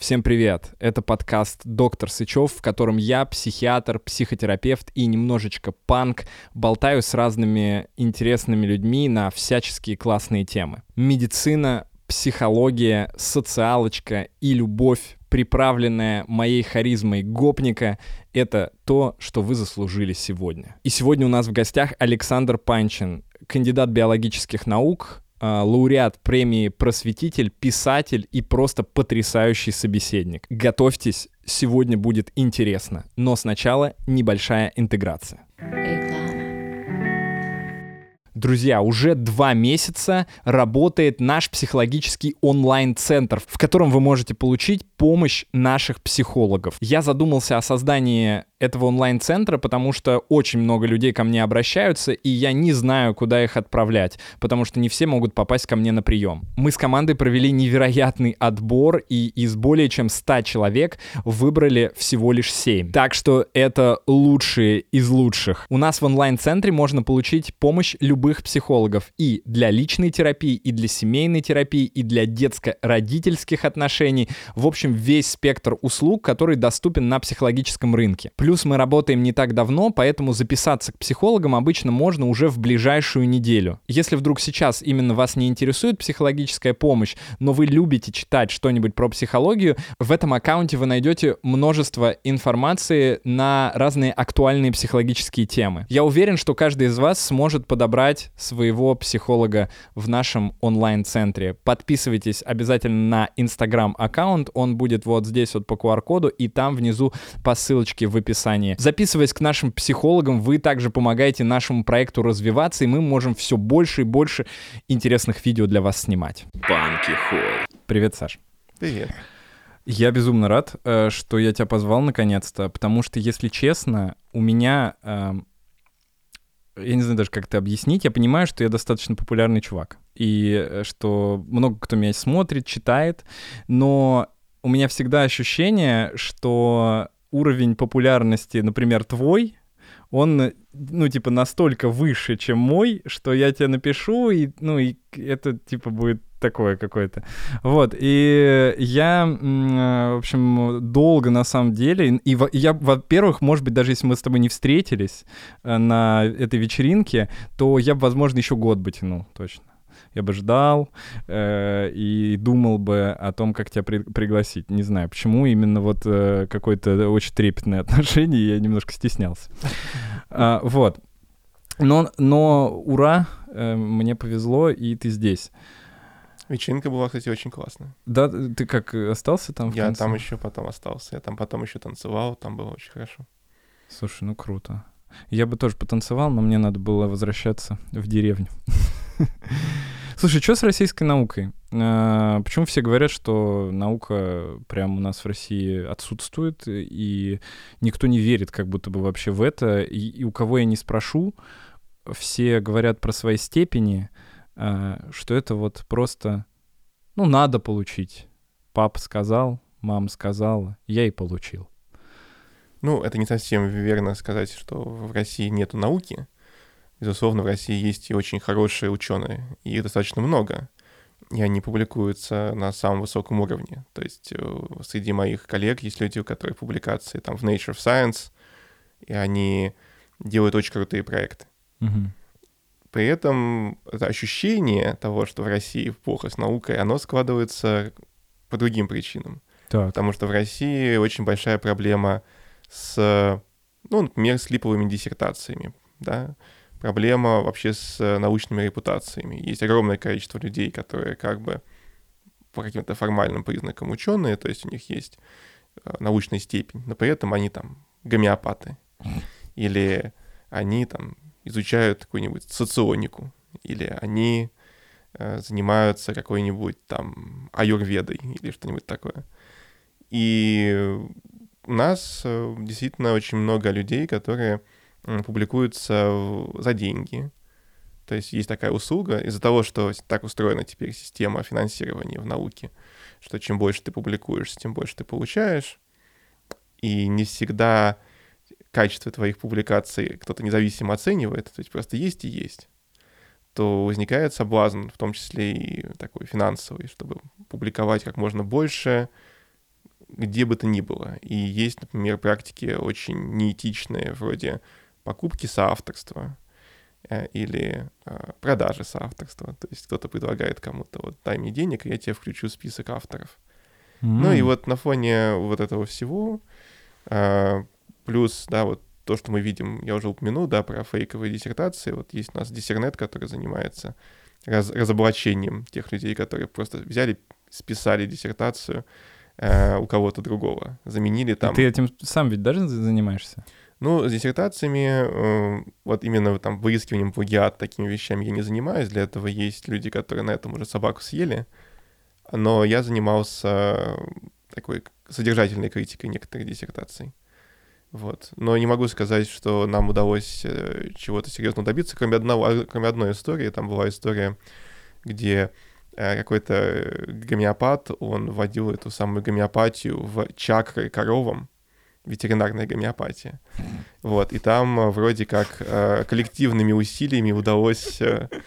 Всем привет! Это подкаст «Доктор Сычев», в котором я, психиатр, психотерапевт и немножечко панк, болтаю с разными интересными людьми на всяческие классные темы. Медицина, психология, социалочка и любовь, приправленная моей харизмой гопника, это то, что вы заслужили сегодня. И сегодня у нас в гостях Александр Панчин, кандидат биологических наук, лауреат премии «Просветитель», писатель и просто потрясающий собеседник. Готовьтесь, сегодня будет интересно, но сначала небольшая интеграция. Друзья, уже 2 месяца работает наш психологический онлайн-центр, в котором вы можете получить помощь наших психологов. Я задумался о создании этого онлайн-центра, потому что очень много людей ко мне обращаются, и я не знаю, куда их отправлять, потому что не все могут попасть ко мне на прием. Мы с командой провели невероятный отбор, и из более чем 100 человек выбрали всего лишь 7. Так что это лучшие из лучших. У нас в онлайн-центре можно получить помощь любых психологов и для личной терапии, и для семейной терапии, и для детско-родительских отношений. В общем, весь спектр услуг, который доступен на психологическом рынке. Плюс мы работаем не так давно, поэтому записаться к психологам обычно можно уже в ближайшую неделю. Если вдруг сейчас именно вас не интересует психологическая помощь, но вы любите читать что-нибудь про психологию, в этом аккаунте вы найдете множество информации на разные актуальные психологические темы. Я уверен, что каждый из вас сможет подобрать своего психолога в нашем онлайн-центре. Подписывайтесь обязательно на Instagram-аккаунт, он будет вот здесь вот по QR-коду и там внизу по ссылочке в описании. Записываясь к нашим психологам, вы также помогаете нашему проекту развиваться, и мы можем все больше и больше интересных видео для вас снимать. Банки Холл. Привет, Саш. Привет. Я безумно рад, что я тебя позвал наконец-то, потому что, если честно, у меня... Я не знаю даже, как это объяснить. Я понимаю, что я достаточно популярный чувак, и что много кто меня смотрит, читает, но у меня всегда ощущение, что уровень популярности, например, твой, он, настолько выше, чем мой, что я тебе напишу, и это, будет такое какое-то. Вот, и я, в общем, долго, на самом деле, и я, во-первых, может быть, даже если мы с тобой не встретились на этой вечеринке, то я бы, возможно, еще год бы тянул, точно. Я бы ждал и думал бы о том, как тебя пригласить. Не знаю, почему именно вот какое-то очень трепетное отношение, я немножко стеснялся. Вот. Но ура, мне повезло, и ты здесь. Вечеринка была, кстати, очень классная. Да, ты как, остался там в конце? Я там еще потом остался, я там потом еще танцевал, там было очень хорошо. Слушай, круто. Я бы тоже потанцевал, но мне надо было возвращаться в деревню. Слушай, что с российской наукой? Почему все говорят, что наука прямо у нас в России отсутствует, и никто не верит как будто бы вообще в это, и у кого я не спрошу, все говорят про свои степени, что это вот просто, надо получить. Папа сказал, мама сказала, я и получил. Это не совсем верно сказать, что в России нету науки. Безусловно, в России есть и очень хорошие ученые, и их достаточно много, и они публикуются на самом высоком уровне. То есть среди моих коллег есть люди, у которых публикации там в Nature of Science, и они делают очень крутые проекты. Угу. При этом это ощущение того, что в России плохо с наукой, оно складывается по другим причинам. Так. Потому что в России очень большая проблема с, например, с липовыми диссертациями, да, проблема вообще с научными репутациями. Есть огромное количество людей, которые как бы по каким-то формальным признакам ученые, то есть у них есть научная степень, но при этом они там гомеопаты, или они там изучают какую-нибудь соционику, или они занимаются какой-нибудь там аюрведой или что-нибудь такое. И у нас действительно очень много людей, которые публикуются за деньги. То есть есть такая услуга, из-за того, что так устроена теперь система финансирования в науке, что чем больше ты публикуешься, тем больше ты получаешь, и не всегда качество твоих публикаций кто-то независимо оценивает, то есть просто есть и есть, то возникает соблазн, в том числе и такой финансовый, чтобы публиковать как можно больше, где бы то ни было. И есть, например, практики очень неэтичные, вроде покупки соавторства или продажи соавторства. То есть кто-то предлагает кому-то, вот дай мне денег, и я тебя включу в список авторов. Ну и вот на фоне вот этого всего, плюс, да, вот то, что мы видим, я уже упомянул, да, про фейковые диссертации. Вот есть у нас диссернет, который занимается разоблачением тех людей, которые просто взяли, списали диссертацию у кого-то другого, заменили там... И ты этим сам ведь даже занимаешься? Ну, с диссертациями, вот именно там выискиванием плагиат, такими вещами я не занимаюсь. Для этого есть люди, которые на этом уже собаку съели. Но я занимался такой содержательной критикой некоторых диссертаций. Вот. Но не могу сказать, что нам удалось чего-то серьезного добиться, кроме одной истории. Там была история, где какой-то гомеопат, он вводил эту самую гомеопатию в чакры коровам, ветеринарная гомеопатия. Вот. И там вроде как коллективными усилиями удалось...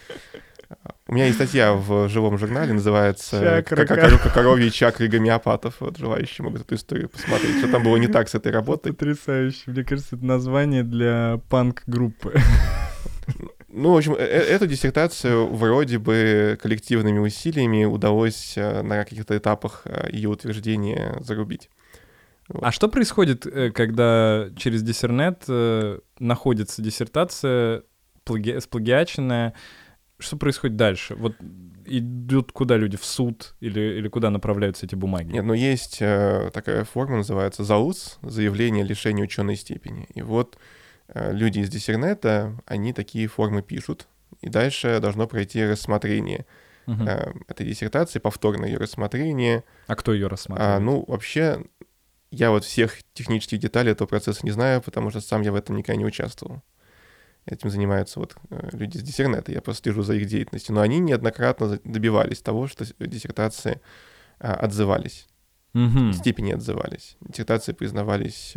У меня есть статья в живом журнале, называется «Коровьи чакры гомеопатов». Вот желающие могут эту историю посмотреть, что там было не так с этой работой. Потрясающе. Мне кажется, это название для панк-группы. Ну, в общем, эту диссертацию вроде бы коллективными усилиями удалось на каких-то этапах ее утверждения зарубить. Вот. А что происходит, когда через диссернет находится диссертация сплагиаченная? Что происходит дальше? Вот идут куда люди? В суд? Или куда направляются эти бумаги? Нет, ну есть такая форма, называется ЗАУС, заявление о лишении ученой степени. И вот люди из диссернета, они такие формы пишут, и дальше должно пройти рассмотрение этой диссертации, повторное ее рассмотрение. А кто ее рассматривает? Ну, вообще, я вот всех технических деталей этого процесса не знаю, потому что сам я в этом никогда не участвовал. Этим занимаются вот люди с диссернета, я просто слежу за их деятельностью. Но они неоднократно добивались того, что диссертации отзывались, степени отзывались. Диссертации признавались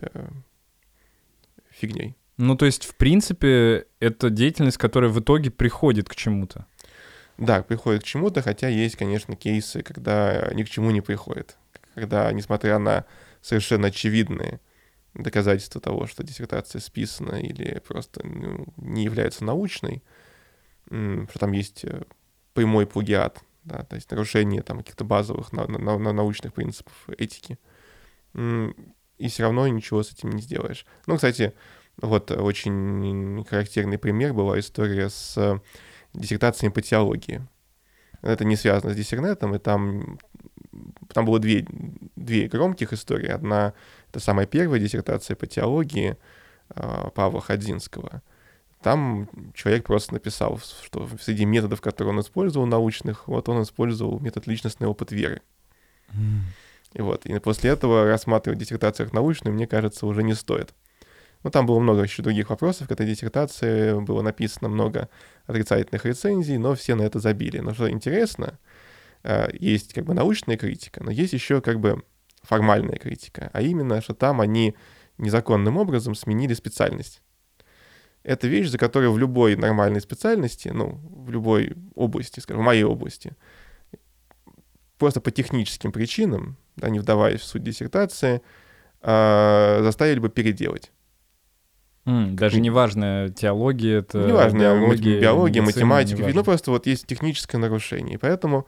фигней. Ну, то есть, в принципе, это деятельность, которая в итоге приходит к чему-то. Да, приходит к чему-то, хотя есть, конечно, кейсы, когда ни к чему не приходит. Когда, несмотря на совершенно очевидные доказательства того, что диссертация списана или просто не является научной, что там есть прямой плагиат, да, то есть нарушение там каких-то базовых научных принципов этики, и все равно ничего с этим не сделаешь. Ну, кстати, вот очень характерный пример была история с диссертациями по теологии. Это не связано с диссернетом, и там было две громких истории. Одна — это самая первая диссертация по теологии Павла Ходзинского. Там человек просто написал, что среди методов, которые он использовал, научных, вот он использовал метод личностный опыт веры. И вот, и после этого рассматривать диссертацию как научную, мне кажется, уже не стоит. Ну, там было много еще других вопросов к этой диссертации, было написано много отрицательных рецензий, но все на это забили. Но что интересно, есть как бы научная критика, но есть еще как бы формальная критика, а именно, что там они незаконным образом сменили специальность. Это вещь, за которую в любой нормальной специальности, ну, в любой области, скажем, в моей области, просто по техническим причинам, да, не вдаваясь в суть диссертации, заставили бы переделать. Даже не важно, теология это... Не важно, биология, медицина, математика, ну просто вот есть техническое нарушение, и поэтому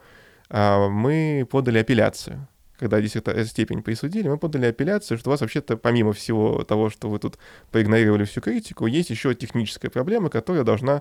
мы подали апелляцию. Когда степень присудили, мы подали апелляцию, что у вас вообще-то помимо всего того, что вы тут проигнорировали всю критику, есть еще техническая проблема, которая должна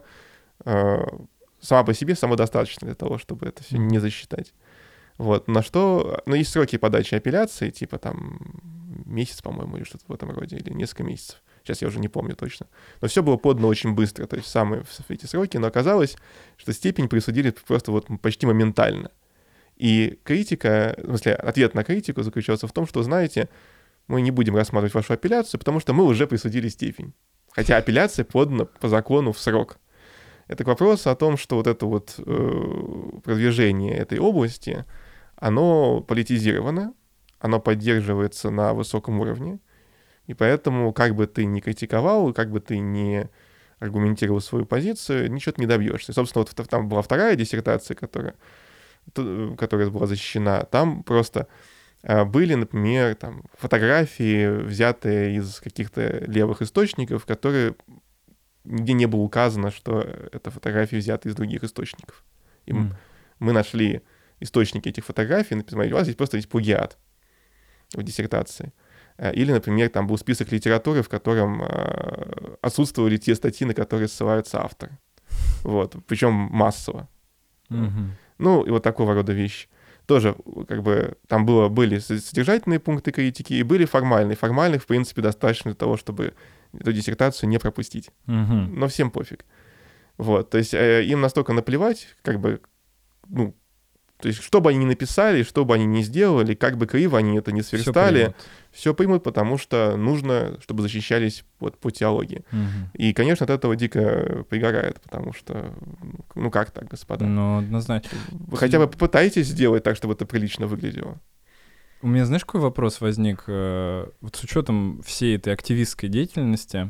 сама по себе самодостаточна для того, чтобы это все не засчитать. Вот, на что... Ну, есть сроки подачи апелляции, типа там месяц, по-моему, или что-то в этом роде, или несколько месяцев. Сейчас я уже не помню точно. Но все было подано очень быстро, то есть самые эти сроки, но оказалось, что степень присудили просто вот почти моментально. И критика, в смысле, ответ на критику заключался в том, что, знаете, мы не будем рассматривать вашу апелляцию, потому что мы уже присудили степень. Хотя апелляция подана по закону в срок. Это к вопросу о том, что вот это вот продвижение этой области, оно политизировано, оно поддерживается на высоком уровне, и поэтому, как бы ты ни критиковал, как бы ты ни аргументировал свою позицию, ничего ты не добьешься. И, собственно, вот там была вторая диссертация, которая была защищена. Там просто были, например, там, фотографии, взятые из каких-то левых источников, которые нигде не было указано, что это фотографии взяты из других источников. И мы нашли источники этих фотографий, написали, у вас здесь просто есть плагиат в диссертации. Или, например, там был список литературы, в котором отсутствовали те статьи, на которые ссылаются авторы. Вот, причем массово. Ну, и вот такого рода вещи. Тоже, как бы, там были содержательные пункты критики и были формальные. Формальных, в принципе, достаточно для того, чтобы эту диссертацию не пропустить. Но всем пофиг. Вот, то есть им настолько наплевать, как бы, ну, то есть что бы они ни написали, что бы они ни сделали, как бы криво они это не сверстали, все примут, потому что нужно, чтобы защищались вот по теологии. И, конечно, от этого дико пригорает, потому что, ну как так, господа? Ну, однозначно. Вы хотя бы попытаетесь сделать так, чтобы это прилично выглядело. У меня, знаешь, какой вопрос возник? Вот с учетом всей этой активистской деятельности,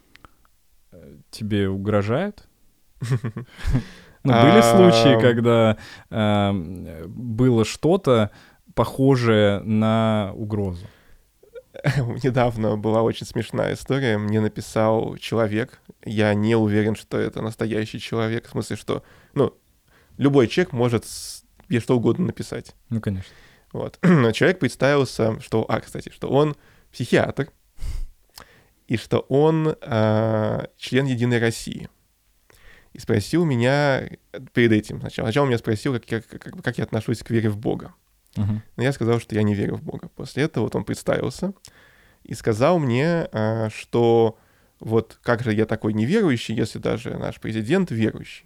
тебе угрожают? Ну, были случаи, когда было что-то похожее на угрозу? Недавно была очень смешная история. Мне написал человек. Я не уверен, что это настоящий человек. В смысле, что, ну, любой человек может тебе что угодно написать. Ну, конечно. Вот. Человек представился, что, кстати, что он психиатр и что он член Единой России. И спросил меня перед этим сначала. Сначала меня спросил, как я отношусь к вере в Бога. Но я сказал, что я не верю в Бога. После этого вот он представился и сказал мне, что вот как же я такой неверующий, если даже наш президент верующий.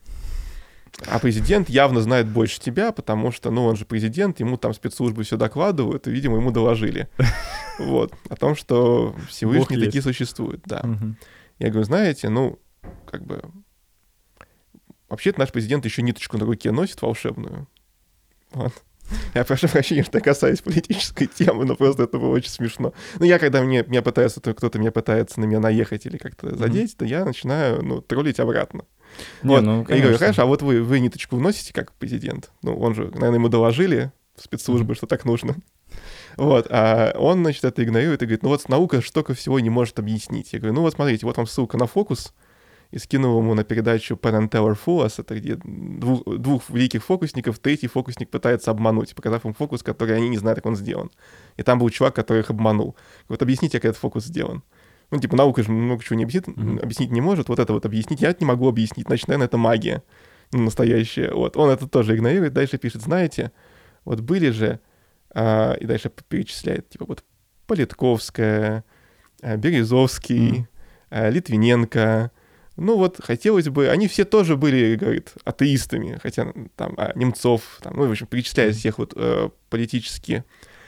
А президент явно знает больше тебя, потому что, ну, он же президент, ему там спецслужбы все докладывают, и, видимо, ему доложили. Вот. О том, что Всевышний таки существует, да. Я говорю, знаете, ну, как бы... Вообще-то наш президент еще ниточку на руке носит волшебную. Вот. Я прошу прощения, что я касаюсь политической темы, но просто это было очень смешно. Ну, когда кто-то меня пытается на меня наехать или как-то задеть, то я начинаю, ну, троллить обратно. Вот. Ну, я говорю, хорошо, а вот вы ниточку вносите как президент? Ну, он же, наверное, ему доложили в спецслужбы, что так нужно. Вот, а он, значит, это игнорирует и говорит, ну вот наука столько всего не может объяснить. Я говорю, ну вот смотрите, вот вам ссылка на фокус, и скинул ему на передачу Penn and Teller Fools, это где двух великих фокусников, третий фокусник пытается обмануть, показав им фокус, который они не знают, как он сделан. И там был чувак, который их обманул. Вот объясните, как этот фокус сделан. Ну, типа, наука же много чего не объяснить не может, вот это вот объяснить я не могу объяснить, значит, наверное, это магия настоящая. Вот, он это тоже игнорирует, дальше пишет, знаете, вот были же, и дальше перечисляет, типа, вот Политковская, Березовский, Литвиненко. Ну вот, хотелось бы... Они все тоже были, говорит, атеистами, хотя там Немцов, там, ну, в общем, перечисляя всех вот политически...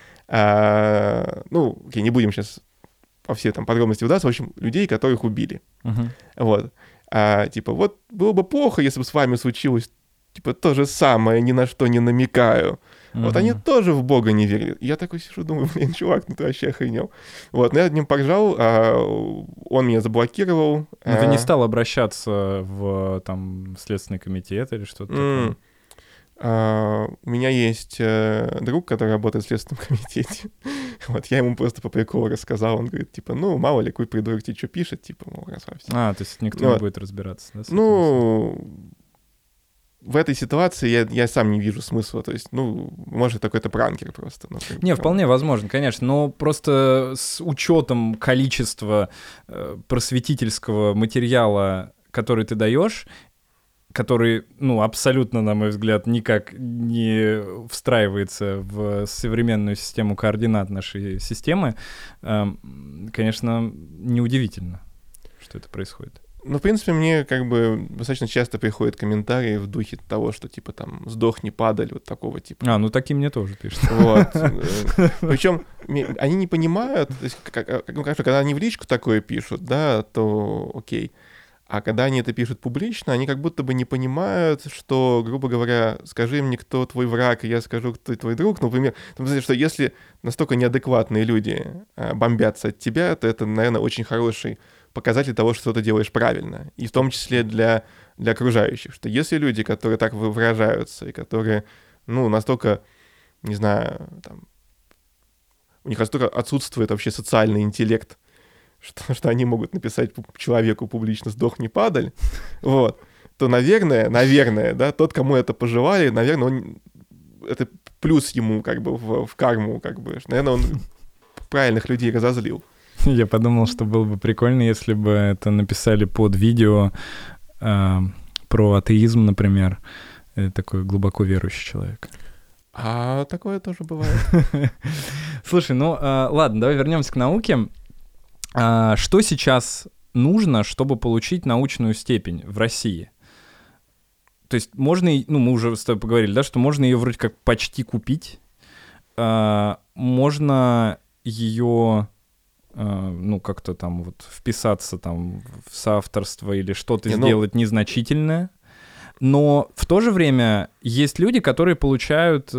ну, окей, не будем сейчас по все там подробности вдаться, в общем, людей, которых убили. Вот. Типа, вот было бы плохо, если бы с вами случилось, типа, то же самое, ни на что не намекаю. Вот они тоже в Бога не верили. И я такой сижу, думаю, блин, чувак, ну ты вообще охренел. Вот, но я над ним поржал, он меня заблокировал. Но ты не стал обращаться в там Следственный комитет или что-то такое? У меня есть друг, который работает в Следственном комитете. Вот, я ему просто по приколу рассказал, он говорит, типа, ну, мало ли, какой придурок тебе что пишет, типа, мол, расслабься. То есть никто не будет разбираться, да? Ну... В этой ситуации я сам не вижу смысла, то есть, ну, может, какой-то пранкер просто. Ну, не, вполне возможно, конечно, но просто с учетом количества просветительского материала, который ты даешь, который, ну, абсолютно, на мой взгляд, никак не встраивается в современную систему координат нашей системы, конечно, неудивительно, что это происходит. Ну, в принципе, мне как бы достаточно часто приходят комментарии в духе того, что типа там «сдохни, падаль», вот такого типа. Ну такие мне тоже пишут. Вот. Причем они не понимают, то есть, когда они в личку такое пишут, да, то окей. А когда они это пишут публично, они как будто бы не понимают, что, грубо говоря, скажи мне, кто твой враг, и я скажу, кто твой друг. Например, что если настолько неадекватные люди бомбятся от тебя, то это, наверное, очень хороший показатель того, что ты делаешь правильно. И в том числе для окружающих. Что если люди, которые так выражаются, и которые, ну, настолько, не знаю, там, у них настолько отсутствует вообще социальный интеллект, что они могут написать человеку публично «сдохни, падаль», вот, то, наверное, да, тот, кому это пожелали, наверное, это плюс ему как бы в карму, как бы, наверное, он правильных людей разозлил. Я подумал, что было бы прикольно, если бы это написали под видео про атеизм, например, такой глубоко верующий человек. А такое тоже бывает. Слушай, ну ладно, давай вернемся к науке. Что сейчас нужно, чтобы получить научную степень в России? То есть можно, ну мы уже с тобой поговорили, да, что можно ее вроде как почти купить, можно ее, ну как-то там вот вписаться там в соавторство или что-то сделать незначительное, но в то же время есть люди, которые получают,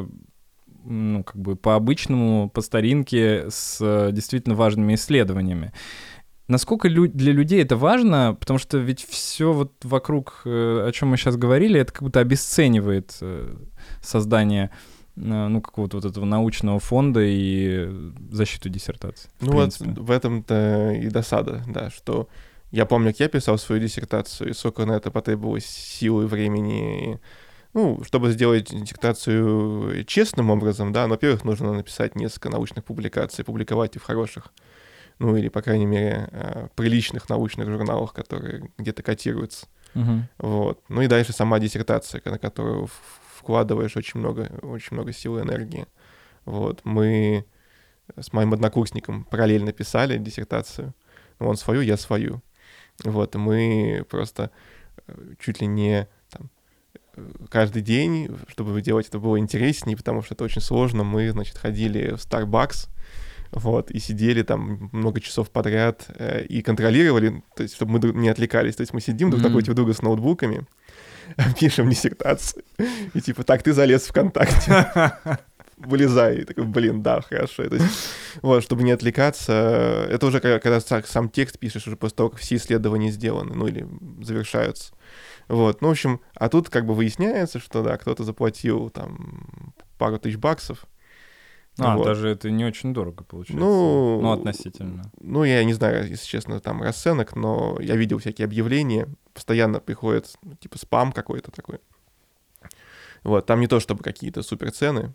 ну как бы по-обычному, по старинке, с действительно важными исследованиями. Насколько для людей это важно, потому что ведь все вот вокруг, о чем мы сейчас говорили, это как будто обесценивает создание, ну, какого-то вот этого научного фонда и защиту диссертации. Ну вот в этом-то и досада, да, что я помню, как я писал свою диссертацию, и сколько на это потребовалось силы, времени, ну, чтобы сделать диссертацию честным образом, да, во-первых, нужно написать несколько научных публикаций, публиковать их в хороших, ну или, по крайней мере, приличных научных журналах, которые где-то котируются. Вот. Ну и дальше сама диссертация, на которую вкладываешь очень много сил и энергии. Вот. Мы с моим однокурсником параллельно писали диссертацию. Он свою, я свою. Вот. И мы просто чуть ли не там, каждый день, чтобы делать это было интереснее, потому что это очень сложно, мы, значит, ходили в Starbucks, вот, и сидели там много часов подряд и контролировали, то есть, чтобы мы не отвлекались. То есть мы сидим друг напротив друга с ноутбуками, пишем диссертацию, и типа, так, ты залез в ВКонтакте, вылезай. И такой, блин, да, хорошо. То есть, вот, чтобы не отвлекаться, это уже когда сам текст пишешь, уже после того, как все исследования сделаны, ну или завершаются. Вот, ну, в общем, а тут как бы выясняется, что, да, кто-то заплатил там пару тысяч баксов. Вот. Даже это не очень дорого получается. Ну, относительно. Ну, я не знаю, если честно, там расценок, но я видел всякие объявления, постоянно приходит, типа, спам какой-то такой. Вот, там не то чтобы какие-то суперцены.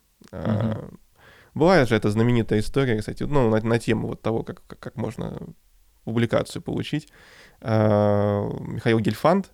Бывает же, это знаменитая история, кстати, ну, на тему вот того, как можно публикацию получить. Михаил Гельфанд,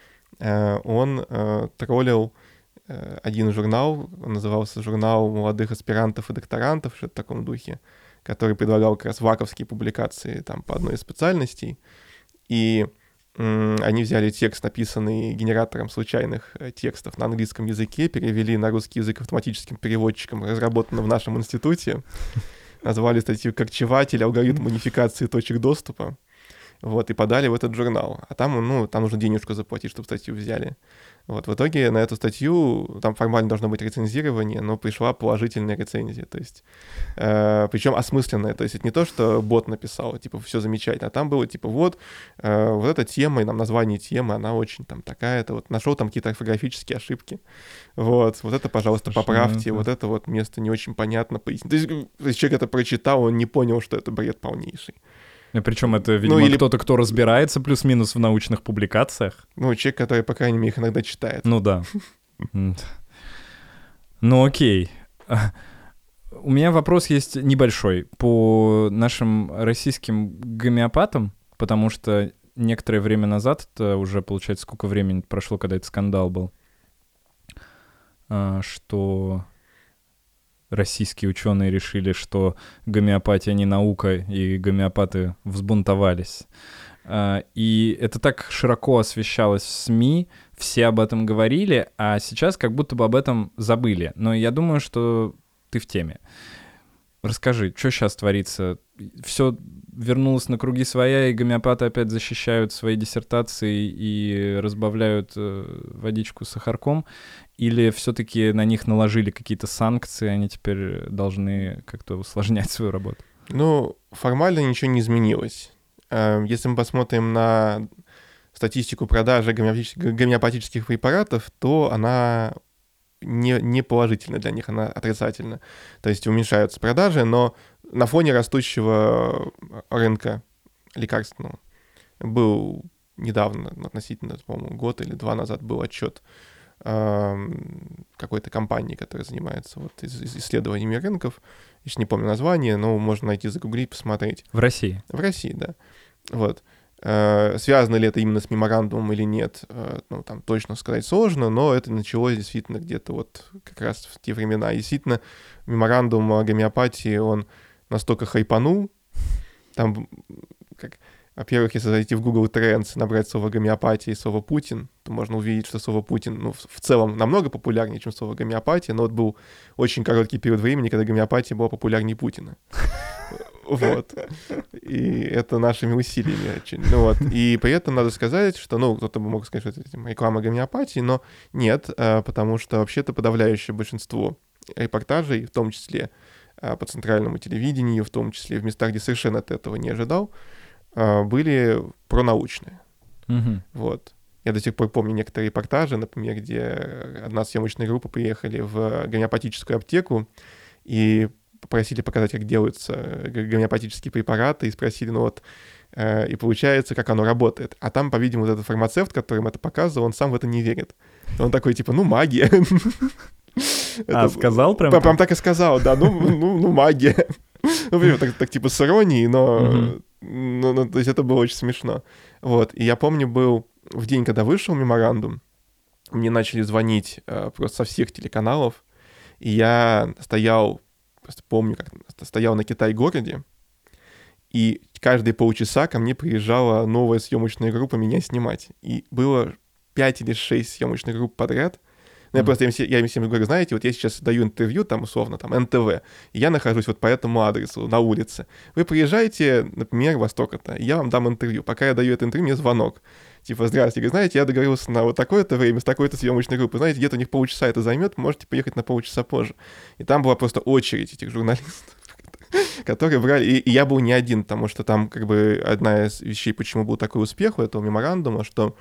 он троллил один журнал, он назывался «Журнал молодых аспирантов и докторантов», что-то в таком духе, который предлагал как раз ваковские публикации там по одной из специальностей. И они взяли текст, написанный генератором случайных текстов на английском языке, перевели на русский язык автоматическим переводчиком, разработанным в нашем институте, назвали статью «Корчеватель. Алгоритм унификации точек доступа». Вот, и подали в этот журнал. А там, ну, там нужно денежку заплатить, чтобы статью взяли. Вот, в итоге на эту статью, там формально должно быть рецензирование, но пришла положительная рецензия, то есть, причем осмысленная, то есть это не то, что бот написал, типа, все замечательно, а там было, типа, вот эта тема, и нам название темы, она очень там такая-то, вот, нашел там какие-то орфографические ошибки, вот это, пожалуйста, поправьте, вот это вот место не очень понятно, поясните. То есть человек это прочитал, он не понял, что это бред полнейший. И причем это, видимо, кто-то, кто разбирается плюс-минус в научных публикациях. Ну, человек, который, по крайней мере, их иногда читает. Ну да. Ну окей. У меня вопрос есть небольшой по нашим российским гомеопатам, потому что некоторое время назад, это уже, получается, сколько времени прошло, когда этот скандал был, что российские ученые решили, что гомеопатия не наука, и гомеопаты взбунтовались. И это так широко освещалось в СМИ, все об этом говорили, а сейчас как будто бы об этом забыли. Но я думаю, что ты в теме. Расскажи, что сейчас творится? Все вернулось на круги своя, и гомеопаты опять защищают свои диссертации и разбавляют водичку с сахарком? Или все-таки на них наложили какие-то санкции, они теперь должны как-то усложнять свою работу? Ну, формально ничего не изменилось. Если мы посмотрим на статистику продажи гомеопатических препаратов, то она не положительна для них, она отрицательна. То есть уменьшаются продажи, но на фоне растущего рынка лекарственного был недавно, относительно, по-моему, год или два назад был отчет какой-то компании, которая занимается вот исследованиями рынков. Я сейчас не помню название, но можно найти, загуглить, посмотреть. В России? В России, да. Вот. Связано ли это именно с меморандумом или нет, ну, там точно сказать сложно, но это началось действительно где-то вот как раз в те времена. И действительно, меморандум о гомеопатии, он настолько хайпанул, там, как, во-первых, если зайти в Google Trends, набрать слово гомеопатия и слово Путин, то можно увидеть, что слово Путин, ну, в целом намного популярнее, чем слово гомеопатия, но вот был очень короткий период времени, когда гомеопатия была популярнее Путина. Вот. И это нашими усилиями. Ну, вот. И при этом надо сказать, что, ну, кто-то бы мог сказать, что это реклама гомеопатии, но нет, потому что вообще-то подавляющее большинство репортажей, в том числе по центральному телевидению, в том числе в местах, где совершенно от этого не ожидал, были пронаучные. Вот. Я до сих пор помню некоторые репортажи, например, где одна съемочная группа приехали в гомеопатическую аптеку и попросили показать, как делаются гомеопатические препараты, и спросили, ну вот, и получается, как оно работает. А там, по-видимому, вот этот фармацевт, который им это показывал, он сам в это не верит. Он такой, типа, ну, магия. Сказал прям? Прям так и сказал, да, ну, магия. Ну, так типа с иронией, но то есть это было очень смешно. Вот, и я помню, был в день, когда вышел меморандум, мне начали звонить просто со всех телеканалов, и я стоял, просто помню, как стоял на Китай-городе, и каждые полчаса ко мне приезжала новая съемочная группа меня снимать. И было 5 или 6 съемочных групп подряд. Ну, я им всем говорю, знаете, вот я сейчас даю интервью, там, условно, там, НТВ, и я нахожусь вот по этому адресу, на улице. Вы приезжаете, например, во столько-то, и я вам дам интервью. Пока я даю это интервью, мне звонок. Типа, здравствуйте, говорю, знаете, я договорился на вот такое-то время с такой-то съемочной группой. Знаете, где-то у них полчаса это займет, можете поехать на полчаса позже. И там была просто очередь этих журналистов, которые брали... И я был не один, потому что там как бы одна из вещей, почему был такой успех у этого меморандума, что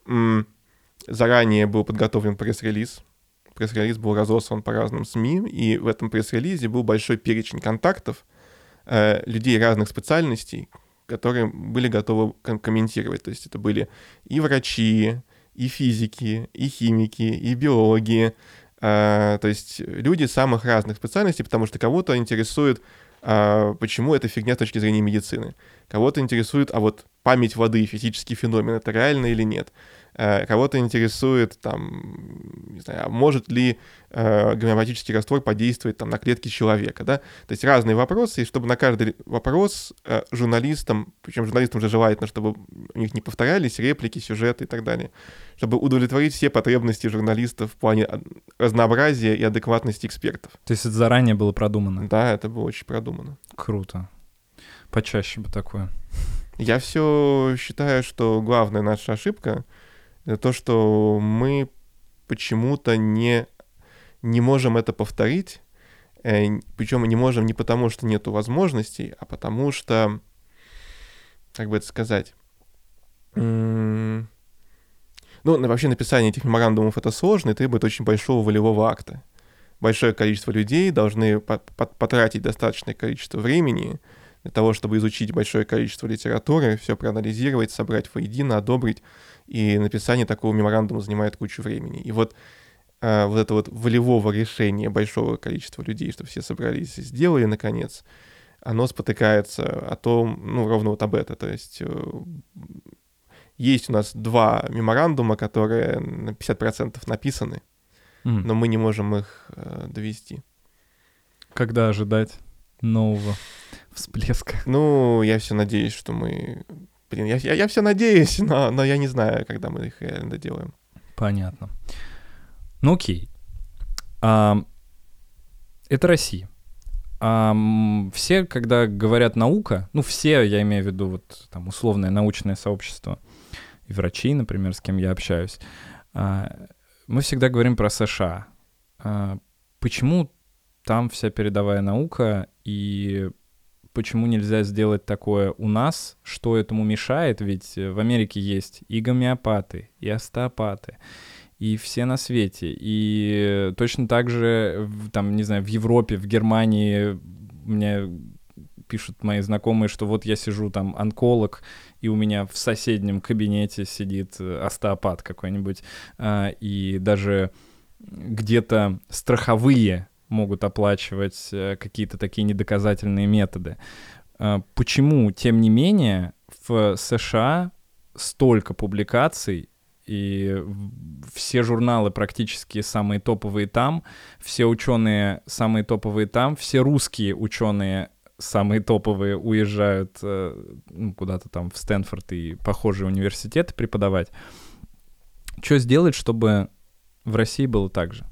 заранее был подготовлен пресс-релиз. Пресс-релиз был разослан по разным СМИ, и в этом пресс-релизе был большой перечень контактов людей разных специальностей, которые были готовы комментировать. То есть это были и врачи, и физики, и химики, и биологи. То есть люди самых разных специальностей, потому что кого-то интересует, почему это фигня с точки зрения медицины. Кого-то интересует, а вот память воды, физический феномен, это реально или нет. Кого-то интересует, там, не знаю, а может ли гомеопатический раствор подействовать там, на клетки человека, да? То есть разные вопросы, и чтобы на каждый вопрос журналистам, причем журналистам же желательно, чтобы у них не повторялись реплики, сюжеты и так далее, чтобы удовлетворить все потребности журналистов в плане разнообразия и адекватности экспертов. То есть это заранее было продумано? Да, это было очень продумано. Круто. Почаще бы такое. Я все считаю, что главная наша ошибка — это то, что мы почему-то не можем это повторить, причем мы не можем не потому, что нету возможностей, а потому что, как бы это сказать, ну, вообще написание этих меморандумов — это сложно и требует очень большого волевого акта. Большое количество людей должны потратить достаточное количество времени для того, чтобы изучить большое количество литературы, все проанализировать, собрать воедино, одобрить, и написание такого меморандума занимает кучу времени. И вот это вот волевого решения большого количества людей, что все собрались и сделали, наконец, оно спотыкается о том, ну, ровно вот об этом. То есть есть у нас 2 меморандума, которые на 50% написаны, но мы не можем их довести. Когда ожидать нового всплеска? Ну, я все надеюсь, что мы... я все надеюсь, но я не знаю, когда мы их реально доделаем. Понятно. Ну окей. Это Россия. Все, когда говорят наука, ну все, я имею в виду вот там условное научное сообщество, и врачи, например, с кем я общаюсь, мы всегда говорим про США. Почему там вся передовая наука, и почему нельзя сделать такое у нас? Что этому мешает? Ведь в Америке есть и гомеопаты, и остеопаты, и все на свете. И точно так же, там, не знаю, в Европе, в Германии мне пишут мои знакомые, что вот я сижу там онколог, и у меня в соседнем кабинете сидит остеопат какой-нибудь, и даже где-то страховые могут оплачивать какие-то такие недоказательные методы. Почему, тем не менее, в США столько публикаций, и все журналы практически самые топовые там, все ученые самые топовые там, все русские ученые самые топовые уезжают куда-то там в Стэнфорд и похожие университеты преподавать. Что сделать, чтобы в России было так же?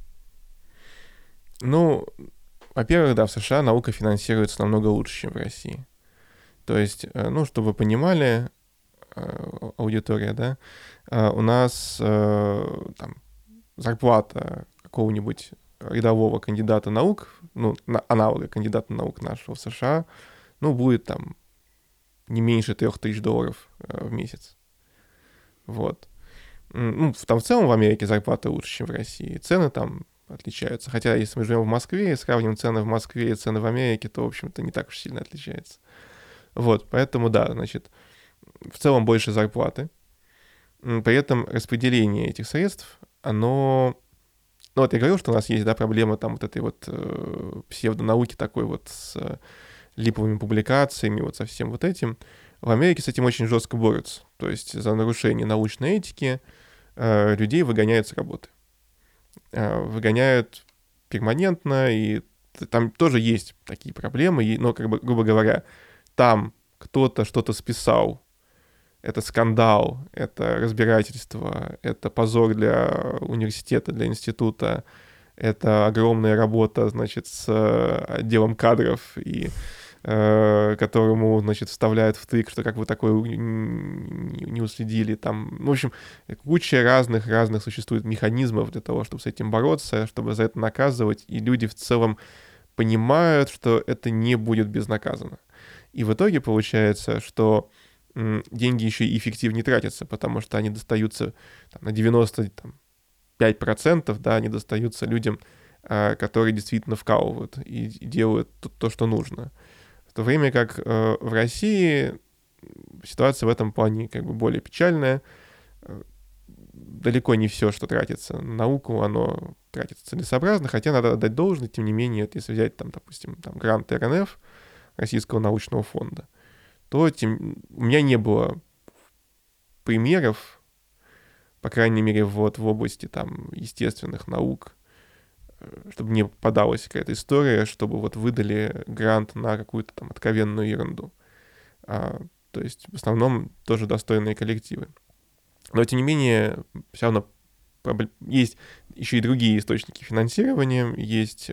Ну, во-первых, да, в США наука финансируется намного лучше, чем в России. То есть, ну, чтобы вы понимали, аудитория, да, у нас там зарплата какого-нибудь рядового кандидата наук, ну, аналога кандидата наук нашего в США, ну, будет там не меньше $3000 в месяц. Вот. Ну, там в целом в Америке зарплаты лучше, чем в России. Цены там отличаются. Хотя, если мы живем в Москве и сравним цены в Москве и цены в Америке, то, в общем-то, не так уж сильно отличается. Вот, поэтому, да, значит, в целом больше зарплаты. При этом распределение этих средств, оно... Ну, вот я говорил, что у нас есть, да, проблема там вот этой вот псевдонауки такой вот с липовыми публикациями, вот со всем вот этим. В Америке с этим очень жестко борются. То есть за нарушение научной этики людей выгоняют с работы. Выгоняют перманентно, и там тоже есть такие проблемы, но, как бы, грубо говоря, там кто-то что-то списал, это скандал, это разбирательство, это позор для университета, для института, это огромная работа, значит, с отделом кадров, и которому, значит, вставляют втык, что как вы такое не уследили, там, в общем, куча разных существует механизмов для того, чтобы с этим бороться, чтобы за это наказывать, и люди в целом понимают, что это не будет безнаказанно. И в итоге получается, что деньги еще и эффективнее тратятся, потому что они достаются там, на 95%, да, они достаются людям, которые действительно вкалывают и делают то, что нужно. В то время как в России ситуация в этом плане как бы более печальная. Далеко не все, что тратится на науку, оно тратится целесообразно, хотя надо отдать должное, тем не менее, вот если взять, там, допустим, там, грант РНФ, Российского научного фонда, то у меня не было примеров, по крайней мере, вот в области там естественных наук, чтобы мне попадалась какая-то история, чтобы вот выдали грант на какую-то там откровенную ерунду. То есть в основном тоже достойные коллективы. Но тем не менее, все равно есть еще и другие источники финансирования, есть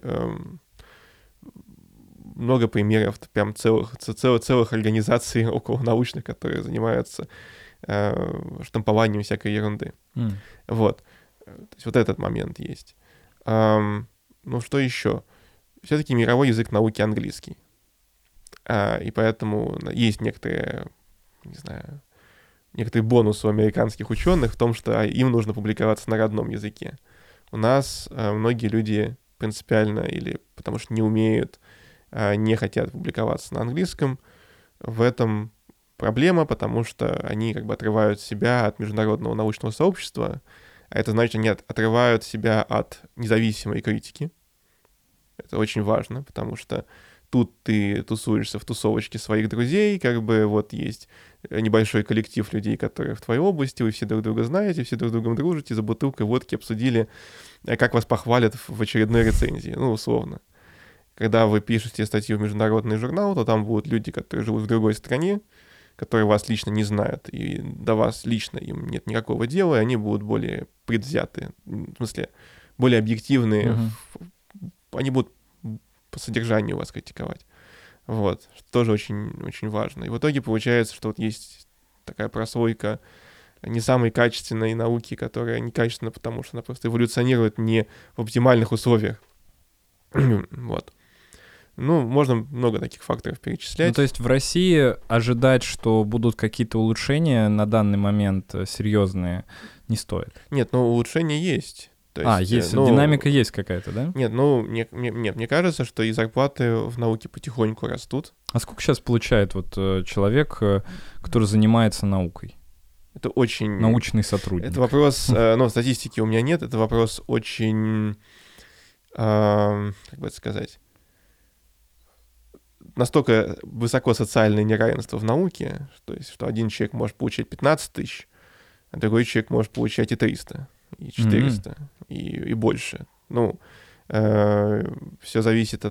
много примеров прям целых организаций околонаучных, которые занимаются штампованием всякой ерунды. Вот. То есть вот этот момент есть. Ну, что еще? Все-таки мировой язык науки английский. И поэтому есть некоторые, не знаю, некоторый бонус у американских ученых в том, что им нужно публиковаться на родном языке. У нас многие люди принципиально или потому что не умеют, не хотят публиковаться на английском. В этом проблема, потому что они как бы отрывают себя от международного научного сообщества, а это значит, они отрывают себя от независимой критики. Это очень важно, потому что тут ты тусуешься в тусовочке своих друзей, как бы вот есть небольшой коллектив людей, которые в твоей области, вы все друг друга знаете, все друг с другом дружите, за бутылкой водки обсудили, как вас похвалят в очередной рецензии, ну, условно. Когда вы пишете статью в международный журнал, то там будут люди, которые живут в другой стране, которые вас лично не знают, и до вас лично им нет никакого дела, и они будут более предвзяты, в смысле, более объективные, они будут по содержанию вас критиковать. Вот, что тоже очень, очень важно. И в итоге получается, что вот есть такая прослойка не самой качественной науки, которая некачественна, потому что она просто эволюционирует не в оптимальных условиях. Вот. Ну, можно много таких факторов перечислять. Ну, то есть в России ожидать, что будут какие-то улучшения на данный момент серьезные, не стоит? Нет, ну, улучшения есть. То есть, есть, динамика есть какая-то, да? Нет, ну, мне кажется, что и зарплаты в науке потихоньку растут. А сколько сейчас получает вот человек, который занимается наукой? Это очень... Научный сотрудник. Это вопрос, ну, статистики у меня нет, это вопрос очень, как бы это сказать, настолько высоко социальное неравенство в науке, то есть, что один человек может получать 15 тысяч, а другой человек может получать и 300, и 400, и больше. Ну, все зависит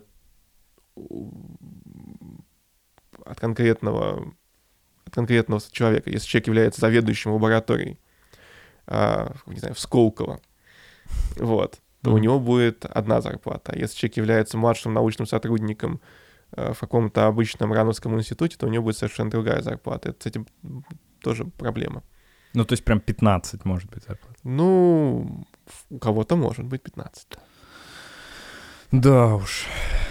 от конкретного человека. Если человек является заведующим лабораторией, не знаю, в Сколково, вот, то у него будет одна зарплата. А если человек является младшим научным сотрудником в каком-то обычном Рановском институте, то у него будет совершенно другая зарплата. Это, кстати, тоже проблема. Ну, то есть прям 15 может быть зарплата? Ну, у кого-то может быть 15. Да уж.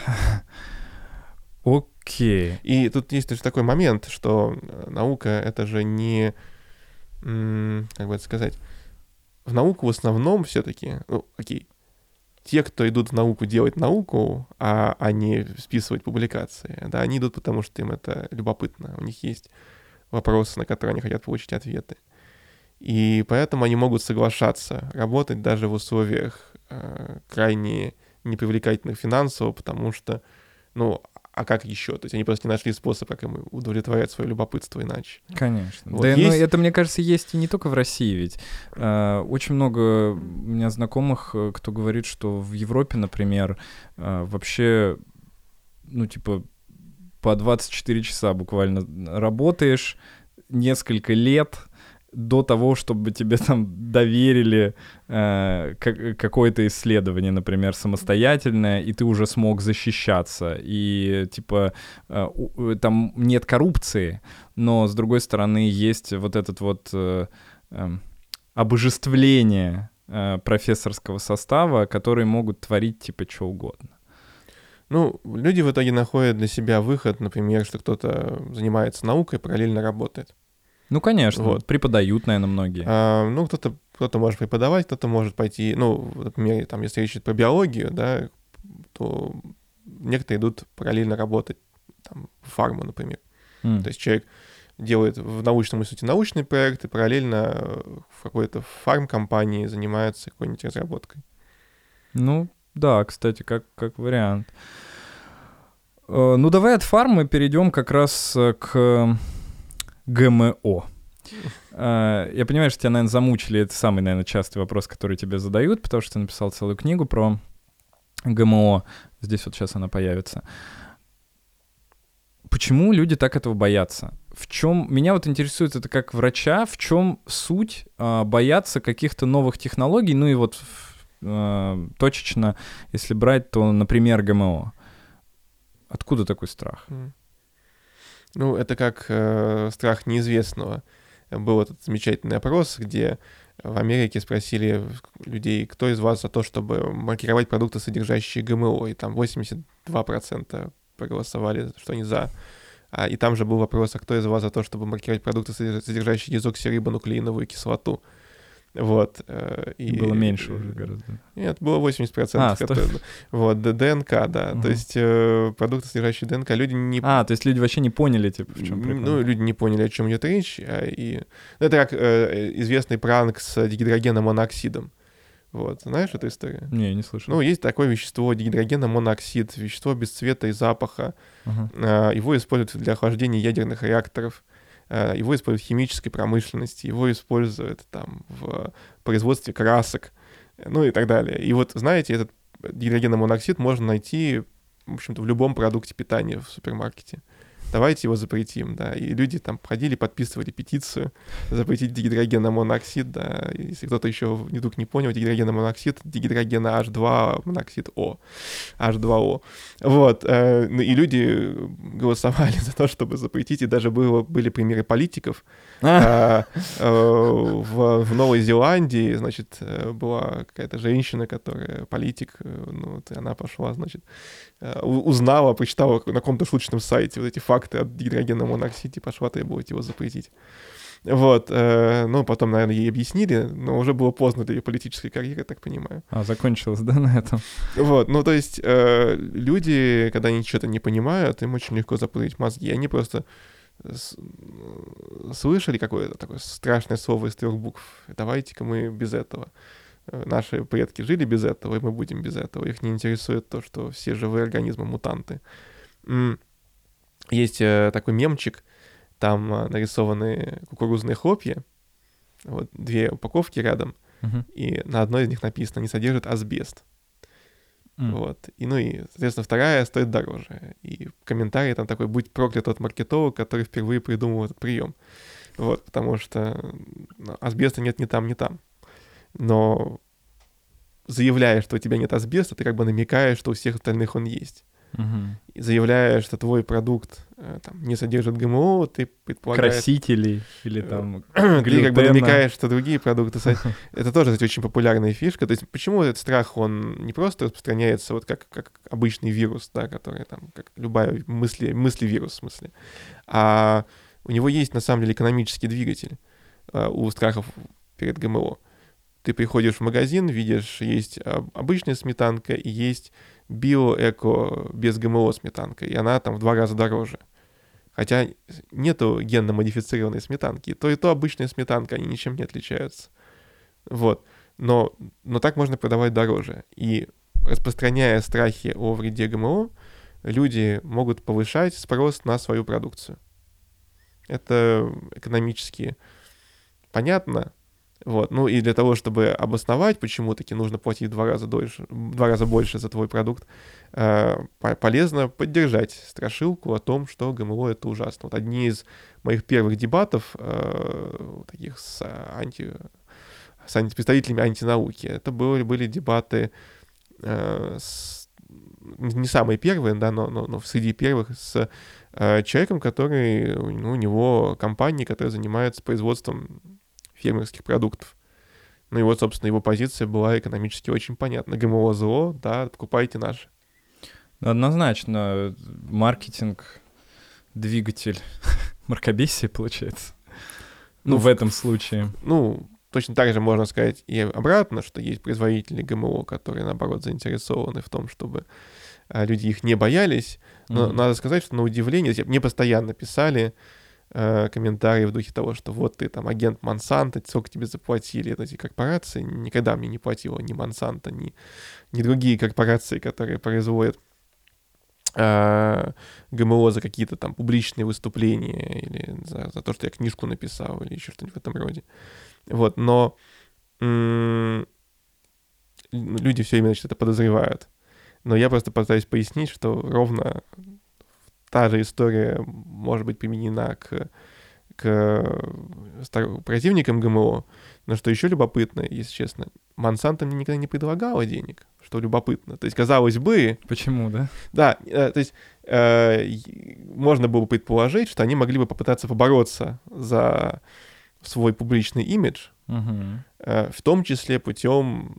Окей. И тут есть тоже такой момент, что наука — это же не... Как бы это сказать? В науку в основном все-таки... Ну, окей. Те, кто идут в науку делать науку, а не списывать публикации, да, они идут, потому что им это любопытно. У них есть вопросы, на которые они хотят получить ответы. И поэтому они могут соглашаться работать даже в условиях крайне непривлекательных финансово, потому что, ну, а как еще? То есть они просто не нашли способ, как им удовлетворять свое любопытство иначе. Конечно. Вот да, есть... ну, это, мне кажется, есть и не только в России ведь. Очень много у меня знакомых, кто говорит, что в Европе, например, вообще, ну, типа, по 24 часа буквально работаешь несколько лет до того, чтобы тебе там доверили какое-то исследование, например, самостоятельное, и ты уже смог защищаться. И, типа, там нет коррупции, но, с другой стороны, есть вот этот вот обожествление профессорского состава, которые могут творить, типа, что угодно. Ну, люди в итоге находят для себя выход, например, что кто-то занимается наукой, параллельно работает. Ну, конечно, вот. Преподают, наверное, многие. Ну, кто-то может преподавать, кто-то может пойти, ну, например, там, если речь идет про биологию, да, то некоторые идут параллельно работать, там, в фарму, например. То есть человек делает в научном институте научный проект и параллельно в какой-то фармкомпании занимается какой-нибудь разработкой. Ну, да, кстати, как вариант. Ну, давай от фармы перейдем как раз к ГМО. Я понимаю, что тебя, наверное, замучили. Это самый, наверное, частый вопрос, который тебе задают, потому что ты написал целую книгу про ГМО. Здесь вот сейчас она появится. Почему люди так этого боятся? В чем меня вот интересует это как врача, в чем суть бояться каких-то новых технологий, ну и вот точечно, если брать, то, например, ГМО. Откуда такой страх? Ну, это как страх неизвестного. Был этот замечательный опрос, где в Америке спросили людей, кто из вас за то, чтобы маркировать продукты, содержащие ГМО, и там 82% проголосовали, что они за. И там же был вопрос, а кто из вас за то, чтобы маркировать продукты, содержащие дезоксирибонуклеиновую кислоту. Вот. И было меньше уже гораздо. Нет, было 80%. Вот, ДНК, да. То есть продукты, содержащие ДНК, люди не... то есть люди вообще не поняли, типа, в чем прикол. Ну, люди не поняли, о чем идет речь. Это как известный пранк с дигидрогеномоноксидом. Вот, знаешь эту историю? Не слышал. Ну, есть такое вещество, дигидрогеномоноксид, вещество без цвета и запаха. Его используют для охлаждения ядерных реакторов. Его используют в химической промышленности, его используют там в производстве красок, ну и так далее. И вот, знаете, этот дигидрогеномоноксид можно найти, в общем-то, в любом продукте питания в супермаркете. давайте его запретим, да. И люди там ходили, подписывали петицию запретить дигидрогенный моноксид, да. Если кто-то еще вдруг не понял, дигидрогенный моноксид, дигидрогенный H2 моноксид О, H2O. Вот. И люди голосовали за то, чтобы запретить, и даже были примеры политиков. В Новой Зеландии, значит, была какая-то женщина, которая политик, ну, вот, и она пошла, значит, узнала, прочитала на каком-то шуточном сайте вот эти факты о гидрогенном моноксиде, пошла требовать его запретить. Вот, ну, потом, наверное, ей объяснили, но уже было поздно для ее политической карьеры, я так понимаю. Закончилось, да, на этом? Вот, ну, то есть люди, когда они что-то не понимают, им очень легко запутать мозги, они просто слышали какое-то такое страшное слово из 3 букв, давайте-ка мы без этого. Наши предки жили без этого, и мы будем без этого. Их не интересует то, что все живые организмы мутанты. Есть такой мемчик, там нарисованы кукурузные хлопья, вот 2 упаковки рядом, и на одной из них написано «не содержит асбест». Вот. И, ну и, соответственно, вторая стоит дороже. И в комментарии там такой «будь проклят тот маркетолог, который впервые придумал этот прием». Вот, потому что асбеста нет ни там, ни там. Но заявляя, что у тебя нет асбеста, ты как бы намекаешь, что у всех остальных он есть. И заявляя, что твой продукт там, не содержит ГМО, ты предполагаешь... Красителей или там Ты как бы намекаешь, что другие продукты... Это тоже, кстати, очень популярная фишка. То есть почему этот страх, он не просто распространяется вот как обычный вирус, да, который там, как любая мысли-вирус в смысле, а у него есть на самом деле экономический двигатель у страхов перед ГМО. Ты приходишь в магазин, видишь, есть обычная сметанка и есть био-эко без ГМО сметанка, и она там в 2 раза дороже. Хотя нету генно-модифицированной сметанки. И то обычная сметанка, они ничем не отличаются. Вот. Но так можно продавать дороже. И распространяя страхи о вреде ГМО, люди могут повышать спрос на свою продукцию. Это экономически понятно. Вот. Ну и для того, чтобы обосновать, почему таки нужно платить в 2 раза больше за твой продукт, полезно поддержать страшилку о том, что ГМО — это ужасно. Вот одни из моих первых дебатов, таких с представителями антинауки, это были дебаты не самые первые, да, но среди первых с человеком, который, у него компания, которая занимается производством фермерских продуктов. Ну и вот, собственно, его позиция была экономически очень понятна. ГМО зло, да, покупайте наши. Однозначно, маркетинг, двигатель мракобесия, получается. Ну, в этом случае. Ну, точно так же можно сказать и обратно, что есть производители ГМО, которые, наоборот, заинтересованы в том, чтобы люди их не боялись. Но надо сказать, что на удивление, мне постоянно писали комментарии в духе того, что вот ты там агент Монсанто, сколько тебе заплатили эти корпорации. Никогда мне не платило ни Монсанто, ни другие корпорации, которые производят ГМО за какие-то там публичные выступления или за то, что я книжку написал или еще что-нибудь в этом роде. Вот, но люди все время, значит, это подозревают. Но я просто пытаюсь пояснить, что ровно та же история может быть применена к противникам ГМО. Но что еще любопытно, если честно, Монсанто мне никогда не предлагала денег, что любопытно. То есть, казалось бы... Почему, да? Да, то есть можно было бы предположить, что они могли бы попытаться побороться за свой публичный имидж, в том числе путем,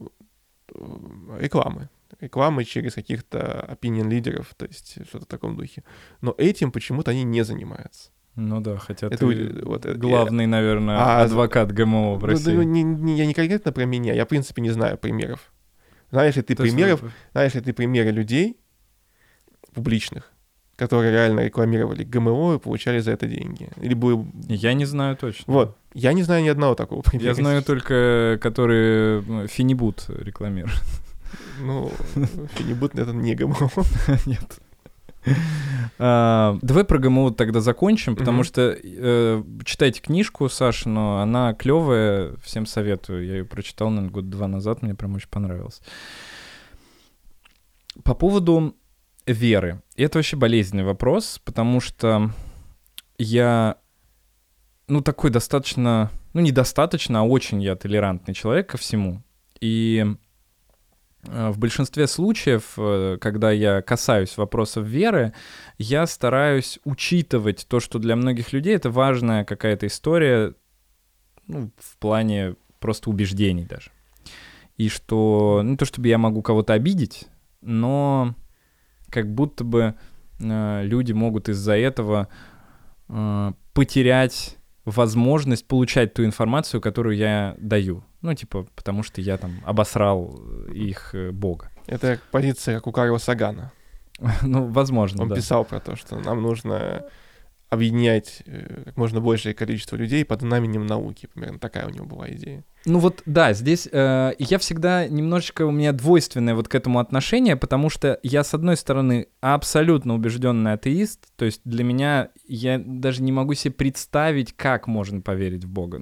рекламы через каких-то opinion-лидеров, то есть что-то в таком духе. Но этим почему-то они не занимаются. Ну да, хотя ты главный, наверное, адвокат ГМО в России. Я не конкретно про меня, я, в принципе, не знаю примеров. Знаешь ли ты примеры людей публичных, которые реально рекламировали ГМО и получали за это деньги? Я не знаю точно. Вот. Я не знаю ни одного такого примера. Я знаю только, которые Фенибут рекламируют. Ну, Фенибут — это не ГМО. Нет. Давай про ГМО тогда закончим, потому что читайте книжку Сашину, она клевая, всем советую. Я ее прочитал, наверное, 2 года назад, мне прям очень понравилось. По поводу веры. И это вообще болезненный вопрос, потому что я, такой достаточно, недостаточно, а очень я толерантный человек ко всему. И в большинстве случаев, когда я касаюсь вопросов веры, я стараюсь учитывать то, что для многих людей это важная какая-то история, в плане просто убеждений даже. И что, не то чтобы я могу кого-то обидеть, но как будто бы люди могут из-за этого потерять возможность получать ту информацию, которую я даю. Потому что я там обосрал их бога. Это позиция, как у Карла Сагана. Возможно, Он писал про то, что нам нужно объединять как можно большее количество людей под знаменем науки. Примерно такая у него была идея. Здесь я всегда немножечко, у меня двойственное вот к этому отношение, потому что я, с одной стороны, абсолютно убежденный атеист, то есть для меня, я даже не могу себе представить, как можно поверить в Бога.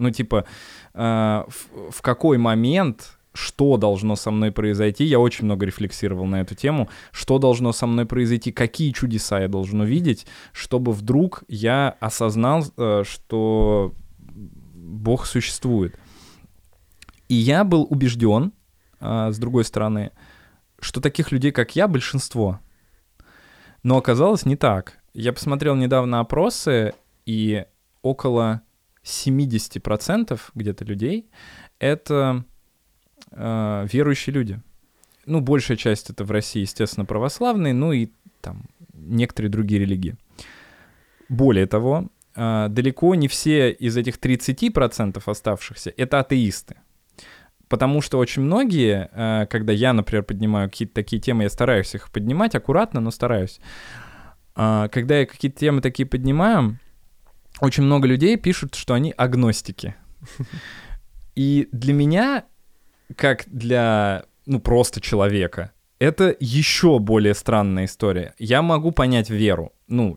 В какой момент, что должно со мной произойти, я очень много рефлексировал на эту тему, что должно со мной произойти, какие чудеса я должен увидеть, чтобы вдруг я осознал, что Бог существует. И я был убежден, с другой стороны, что таких людей, как я, большинство. Но оказалось не так. Я посмотрел недавно опросы, и около 70% где-то людей — это верующие люди. Большая часть — это в России, естественно, православные, и там некоторые другие религии. Более того, далеко не все из этих 30% оставшихся — это атеисты. Потому что очень многие, когда я, например, поднимаю какие-то такие темы, я стараюсь их поднимать аккуратно, но стараюсь. Когда я какие-то темы такие поднимаю, очень много людей пишут, что они агностики. И для меня, как для, просто человека, это еще более странная история. Я могу понять веру.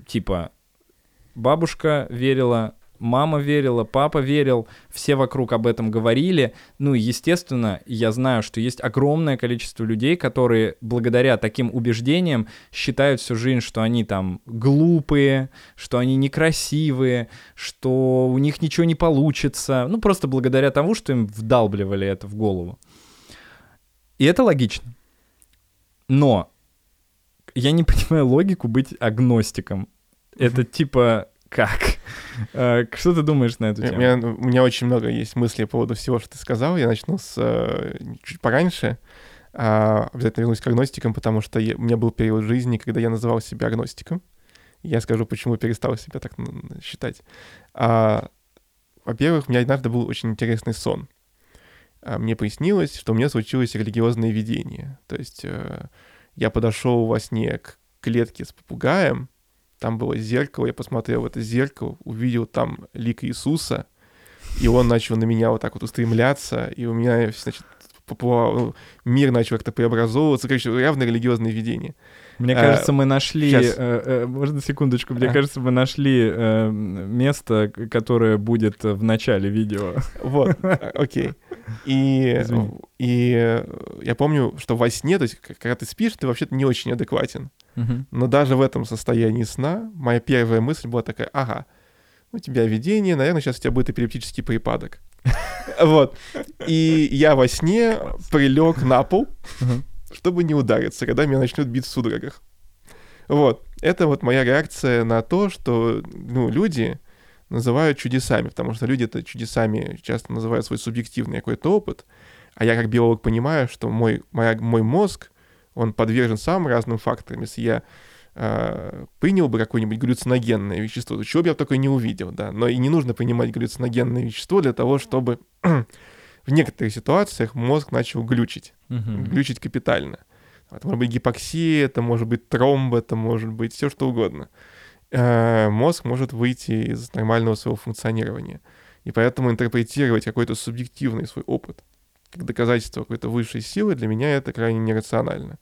Бабушка верила, мама верила, папа верил, все вокруг об этом говорили. Естественно, я знаю, что есть огромное количество людей, которые благодаря таким убеждениям считают всю жизнь, что они там глупые, что они некрасивые, что у них ничего не получится. Просто благодаря тому, что им вдалбливали это в голову. И это логично. Но я не понимаю логику быть агностиком. Это как? Что ты думаешь на эту тему? У меня очень много есть мыслей по поводу всего, что ты сказал. Я начну чуть пораньше. Обязательно вернусь к агностикам, потому что у меня был период жизни, когда я называл себя агностиком. Я скажу, почему перестал себя так считать. Во-первых, у меня однажды был очень интересный сон. Мне приснилось, что у меня случилось религиозное видение. То есть я подошел во сне к клетке с попугаем, там было зеркало, я посмотрел в это зеркало, увидел там лик Иисуса, и он начал на меня вот так вот устремляться, и у меня, значит, мир начал как-то преобразовываться. Короче, явно религиозное видение. Мне кажется, мы нашли... Можно секундочку? Мне кажется, мы нашли место, которое будет в начале видео. Вот, окей. И я помню, что во сне, то есть когда ты спишь, ты вообще-то не очень адекватен. Но даже в этом состоянии сна моя первая мысль была такая: ага, у тебя видение, наверное, сейчас у тебя будет эпилептический припадок. Вот. И я во сне прилег на пол, чтобы не удариться, когда меня начнут бить в судорогах. Вот. Это вот моя реакция на то, что люди называют чудесами, потому что люди это чудесами часто называют свой субъективный какой-то опыт, а я как биолог понимаю, что мой мозг, он подвержен самым разным факторам. Если я принял бы какое-нибудь галлюциногенное вещество, то чего бы я такое не увидел, да. Но и не нужно принимать галлюциногенное вещество для того, чтобы в некоторых ситуациях мозг начал глючить. Глючить капитально. Это может быть гипоксия, это может быть тромб, это может быть все что угодно. Мозг может выйти из нормального своего функционирования. И поэтому интерпретировать какой-то субъективный свой опыт как доказательство какой-то высшей силы для меня это крайне нерационально.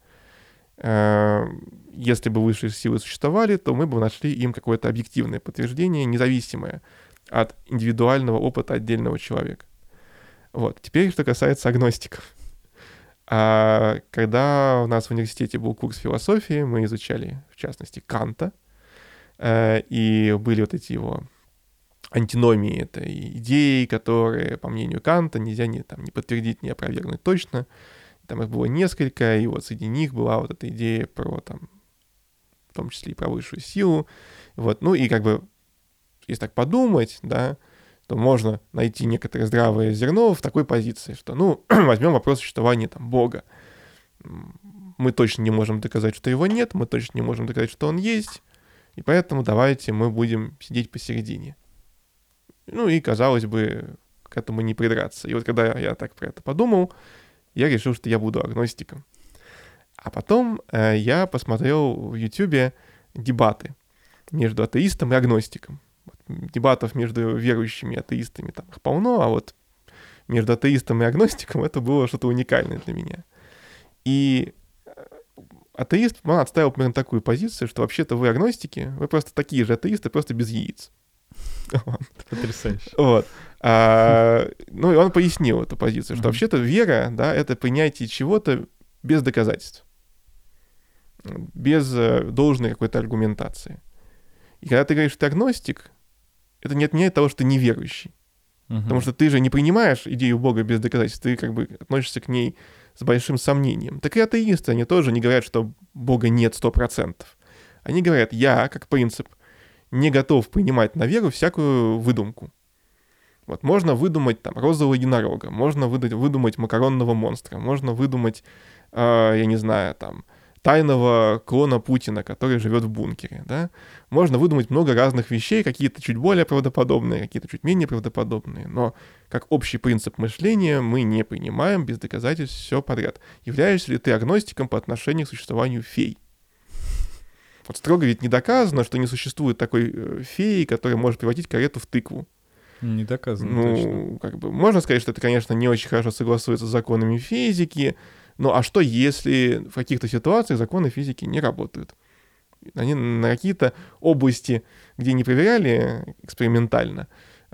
Если бы высшие силы существовали, то мы бы нашли им какое-то объективное подтверждение, независимое от индивидуального опыта отдельного человека. Вот. Теперь, что касается агностиков. А когда у нас в университете был курс философии, мы изучали, в частности, Канта, и были вот эти его антиномии этой идеи, которые, по мнению Канта, нельзя ни подтвердить, ни опровергнуть точно. Там их было несколько, и вот среди них была вот эта идея про, там, в том числе и про высшую силу. Вот, ну и как бы, если так подумать, да, то можно найти некоторое здравое зерно в такой позиции, что, ну, возьмем вопрос существования там Бога. Мы точно не можем доказать, что его нет, мы точно не можем доказать, что он есть, и поэтому давайте мы будем сидеть посередине. Ну и, казалось бы, к этому не придраться. И вот когда я так про это подумал, я решил, что я буду агностиком. А потом я посмотрел в Ютубе дебаты между атеистом и агностиком. Дебатов между верующими и атеистами там их полно, а вот между атеистом и агностиком это было что-то уникальное для меня. И атеист отставил примерно такую позицию, что вообще-то вы агностики, вы просто такие же атеисты, просто без яиц. Потрясающе. Вот. Ну и он пояснил эту позицию, что вообще-то вера, да, это принятие чего-то без доказательств, без должной какой-то аргументации. И когда ты говоришь, что ты агностик, это не отменяет того, что ты неверующий. Потому что ты же не принимаешь идею Бога без доказательств, ты как бы относишься к ней с большим сомнением. Так и атеисты, они тоже не говорят, что Бога нет 100%. Они говорят, я, как принцип, не готов принимать на веру всякую выдумку. Вот можно выдумать там розового единорога, можно выдумать макаронного монстра, можно выдумать, я не знаю, там, тайного клона Путина, который живет в бункере, да? Можно выдумать много разных вещей, какие-то чуть более правдоподобные, какие-то чуть менее правдоподобные, но как общий принцип мышления мы не принимаем без доказательств все подряд. Являешься ли ты агностиком по отношению к существованию фей? Вот строго ведь не доказано, что не существует такой феи, которая может превратить карету в тыкву. Не доказано, точно. Ну, как бы, можно сказать, что это, конечно, не очень хорошо согласуется с законами физики, ну, а что, если в каких-то ситуациях законы физики не работают? Они на какие-то области, где не проверяли экспериментально,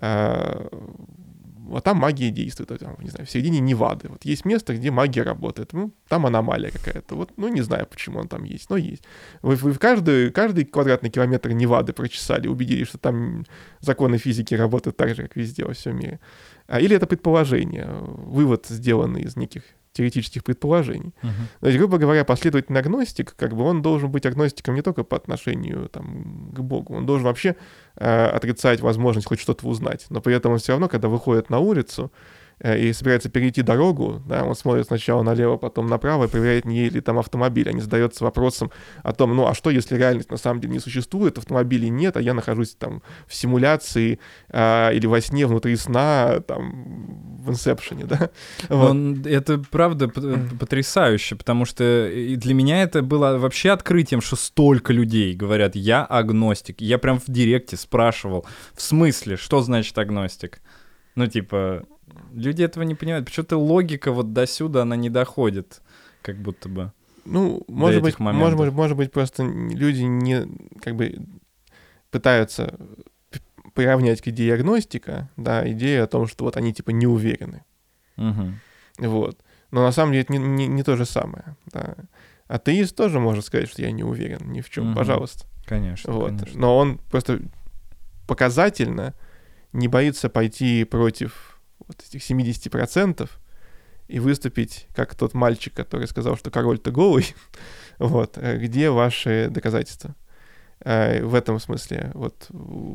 вот там магия действует, там, не знаю, в середине Невады. Вот есть место, где магия работает. Ну, там аномалия какая-то. Вот, ну, не знаю, почему он там есть, но есть. Вы в каждый квадратный километр Невады прочесали, убедились, что там законы физики работают так же, как везде во всем мире. Или это предположение, вывод, сделанный из неких теоретических предположений. То есть, грубо говоря, последовательный агностик, как бы он должен быть агностиком не только по отношению там, к Богу, он должен вообще отрицать возможность хоть что-то узнать, но при этом он все равно, когда выходит на улицу и собирается перейти дорогу, да, он смотрит сначала налево, потом направо и проверяет, не едет ли там автомобиль, а не задается вопросом о том, ну а что, если реальность на самом деле не существует, автомобилей нет, а я нахожусь там в симуляции или во сне внутри сна, там, в инсепшене, да? Вот. Это правда потрясающе, потому что для меня это было вообще открытием, что столько людей говорят, я агностик. Я прям в директе спрашивал, в смысле, что значит агностик? Ну, типа, люди этого не понимают. Почему-то логика вот досюда, она не доходит, как будто бы. Ну, может быть, просто люди не, как бы, пытаются приравнять к идее агностика, да, идею о том, что вот они, типа, не уверены. Вот. Но на самом деле это не то же самое, да. Атеист тоже может сказать, что я не уверен ни в чем, пожалуйста. Конечно, вот. конечно. Но он просто показательно не боится пойти против вот этих 70% и выступить как тот мальчик, который сказал, что король-то голый. Вот. Где ваши доказательства? В этом смысле, вот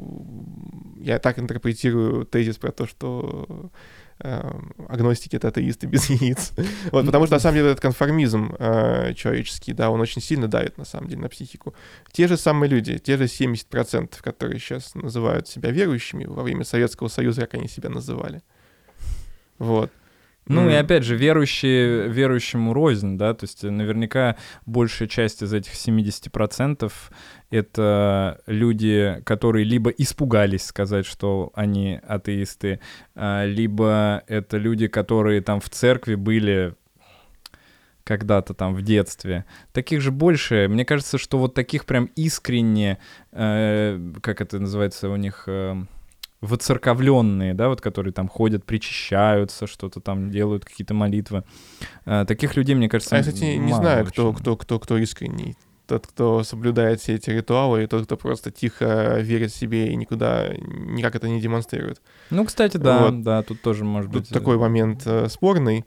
я так интерпретирую тезис про то, что агностики — это атеисты без яиц. Вот, потому что, на самом деле, этот конформизм человеческий, да, он очень сильно давит, на самом деле, на психику. Те же самые люди, те же 70%, которые сейчас называют себя верующими, во время Советского Союза, как они себя называли. Вот. Ну и опять же, верующему рознь, да, то есть наверняка большая часть из этих 70% это люди, которые либо испугались сказать, что они атеисты, либо это люди, которые там в церкви были когда-то там в детстве. Таких же больше. Мне кажется, что вот таких прям искренне, как это называется у них... воцерковленные, да, вот которые там ходят, причащаются, что-то там делают, какие-то молитвы. Таких людей, мне кажется, Я, кстати, не знаю, кто искренний. Тот, кто соблюдает все эти ритуалы, и тот, кто просто тихо верит себе и никак это не демонстрирует. Ну, кстати, да, вот. Да, тут тоже может быть... Тут такой момент спорный,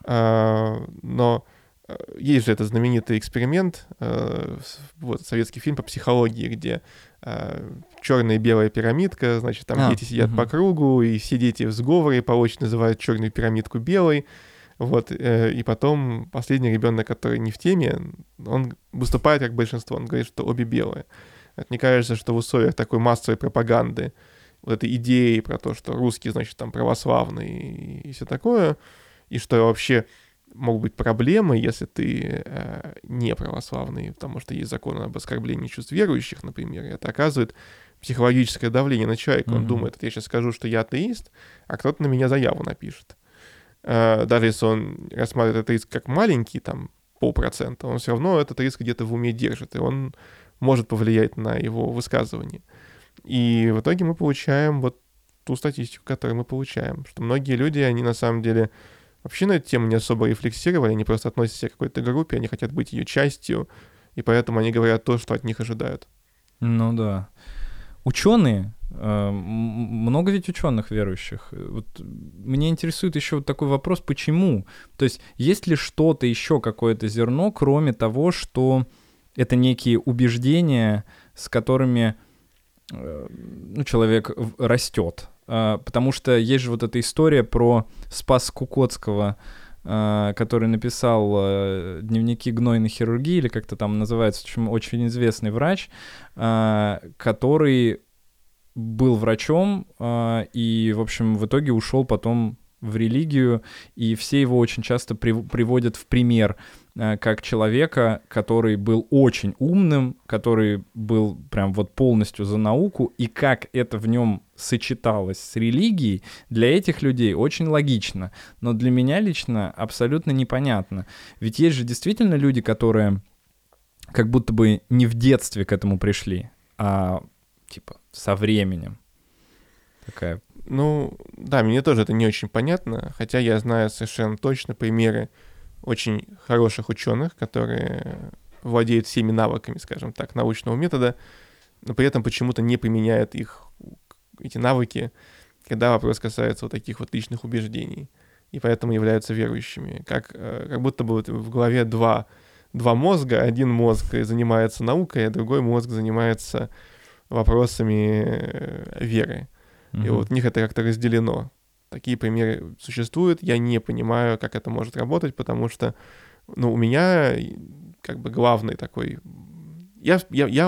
но есть же этот знаменитый эксперимент, вот советский фильм по психологии, где черная и белая пирамидка, значит, там дети сидят по кругу, и все дети в сговоре по очереди называют черную пирамидку белой. Вот, и потом последний ребенок, который не в теме, он выступает как большинство, он говорит, что обе белые. Мне кажется, что в условиях такой массовой пропаганды, вот этой идеи про то, что русские, значит, там православные и все такое, и что вообще могут быть проблемы, если ты не православный, потому что есть закон об оскорблении чувств верующих, например, и это оказывает психологическое давление на человека. Он думает, я сейчас скажу, что я атеист, а кто-то на меня заяву напишет. Даже если он рассматривает этот риск как маленький, там, 0,5%, он все равно этот риск где-то в уме держит, и он может повлиять на его высказывание. И в итоге мы получаем вот ту статистику, которую мы получаем, что многие люди, они на самом деле вообще на эту тему не особо рефлексировали, они просто относятся к какой-то группе, они хотят быть ее частью, и поэтому они говорят то, что от них ожидают. Ну да. Ученые, много ведь ученых верующих. Вот меня интересует еще вот такой вопрос, почему? То есть ли что-то еще, какое-то зерно, кроме того, что это некие убеждения, с которыми человек растет? Потому что есть же вот эта история про Спаса Кукоцкого, который написал дневники гнойной хирургии, или как-то там называется, очень известный врач, который был врачом и, в общем, в итоге ушел потом в религию, и все его очень часто приводят в пример как человека, который был очень умным, который был прям вот полностью за науку, и как это в нем сочеталось с религией, для этих людей очень логично, но для меня лично абсолютно непонятно. Ведь есть же действительно люди, которые как будто бы не в детстве к этому пришли, а типа со временем. Такая... Ну, да, мне тоже это не очень понятно, хотя я знаю совершенно точно примеры очень хороших ученых, которые владеют всеми навыками, скажем так, научного метода, но при этом почему-то не применяют эти навыки, когда вопрос касается вот таких вот личных убеждений, и поэтому являются верующими. Как будто бы вот в голове два мозга, один мозг занимается наукой, а другой мозг занимается вопросами веры. И вот у них это как-то разделено. Такие примеры существуют. Я не понимаю, как это может работать, потому что, у меня как бы главный такой... Я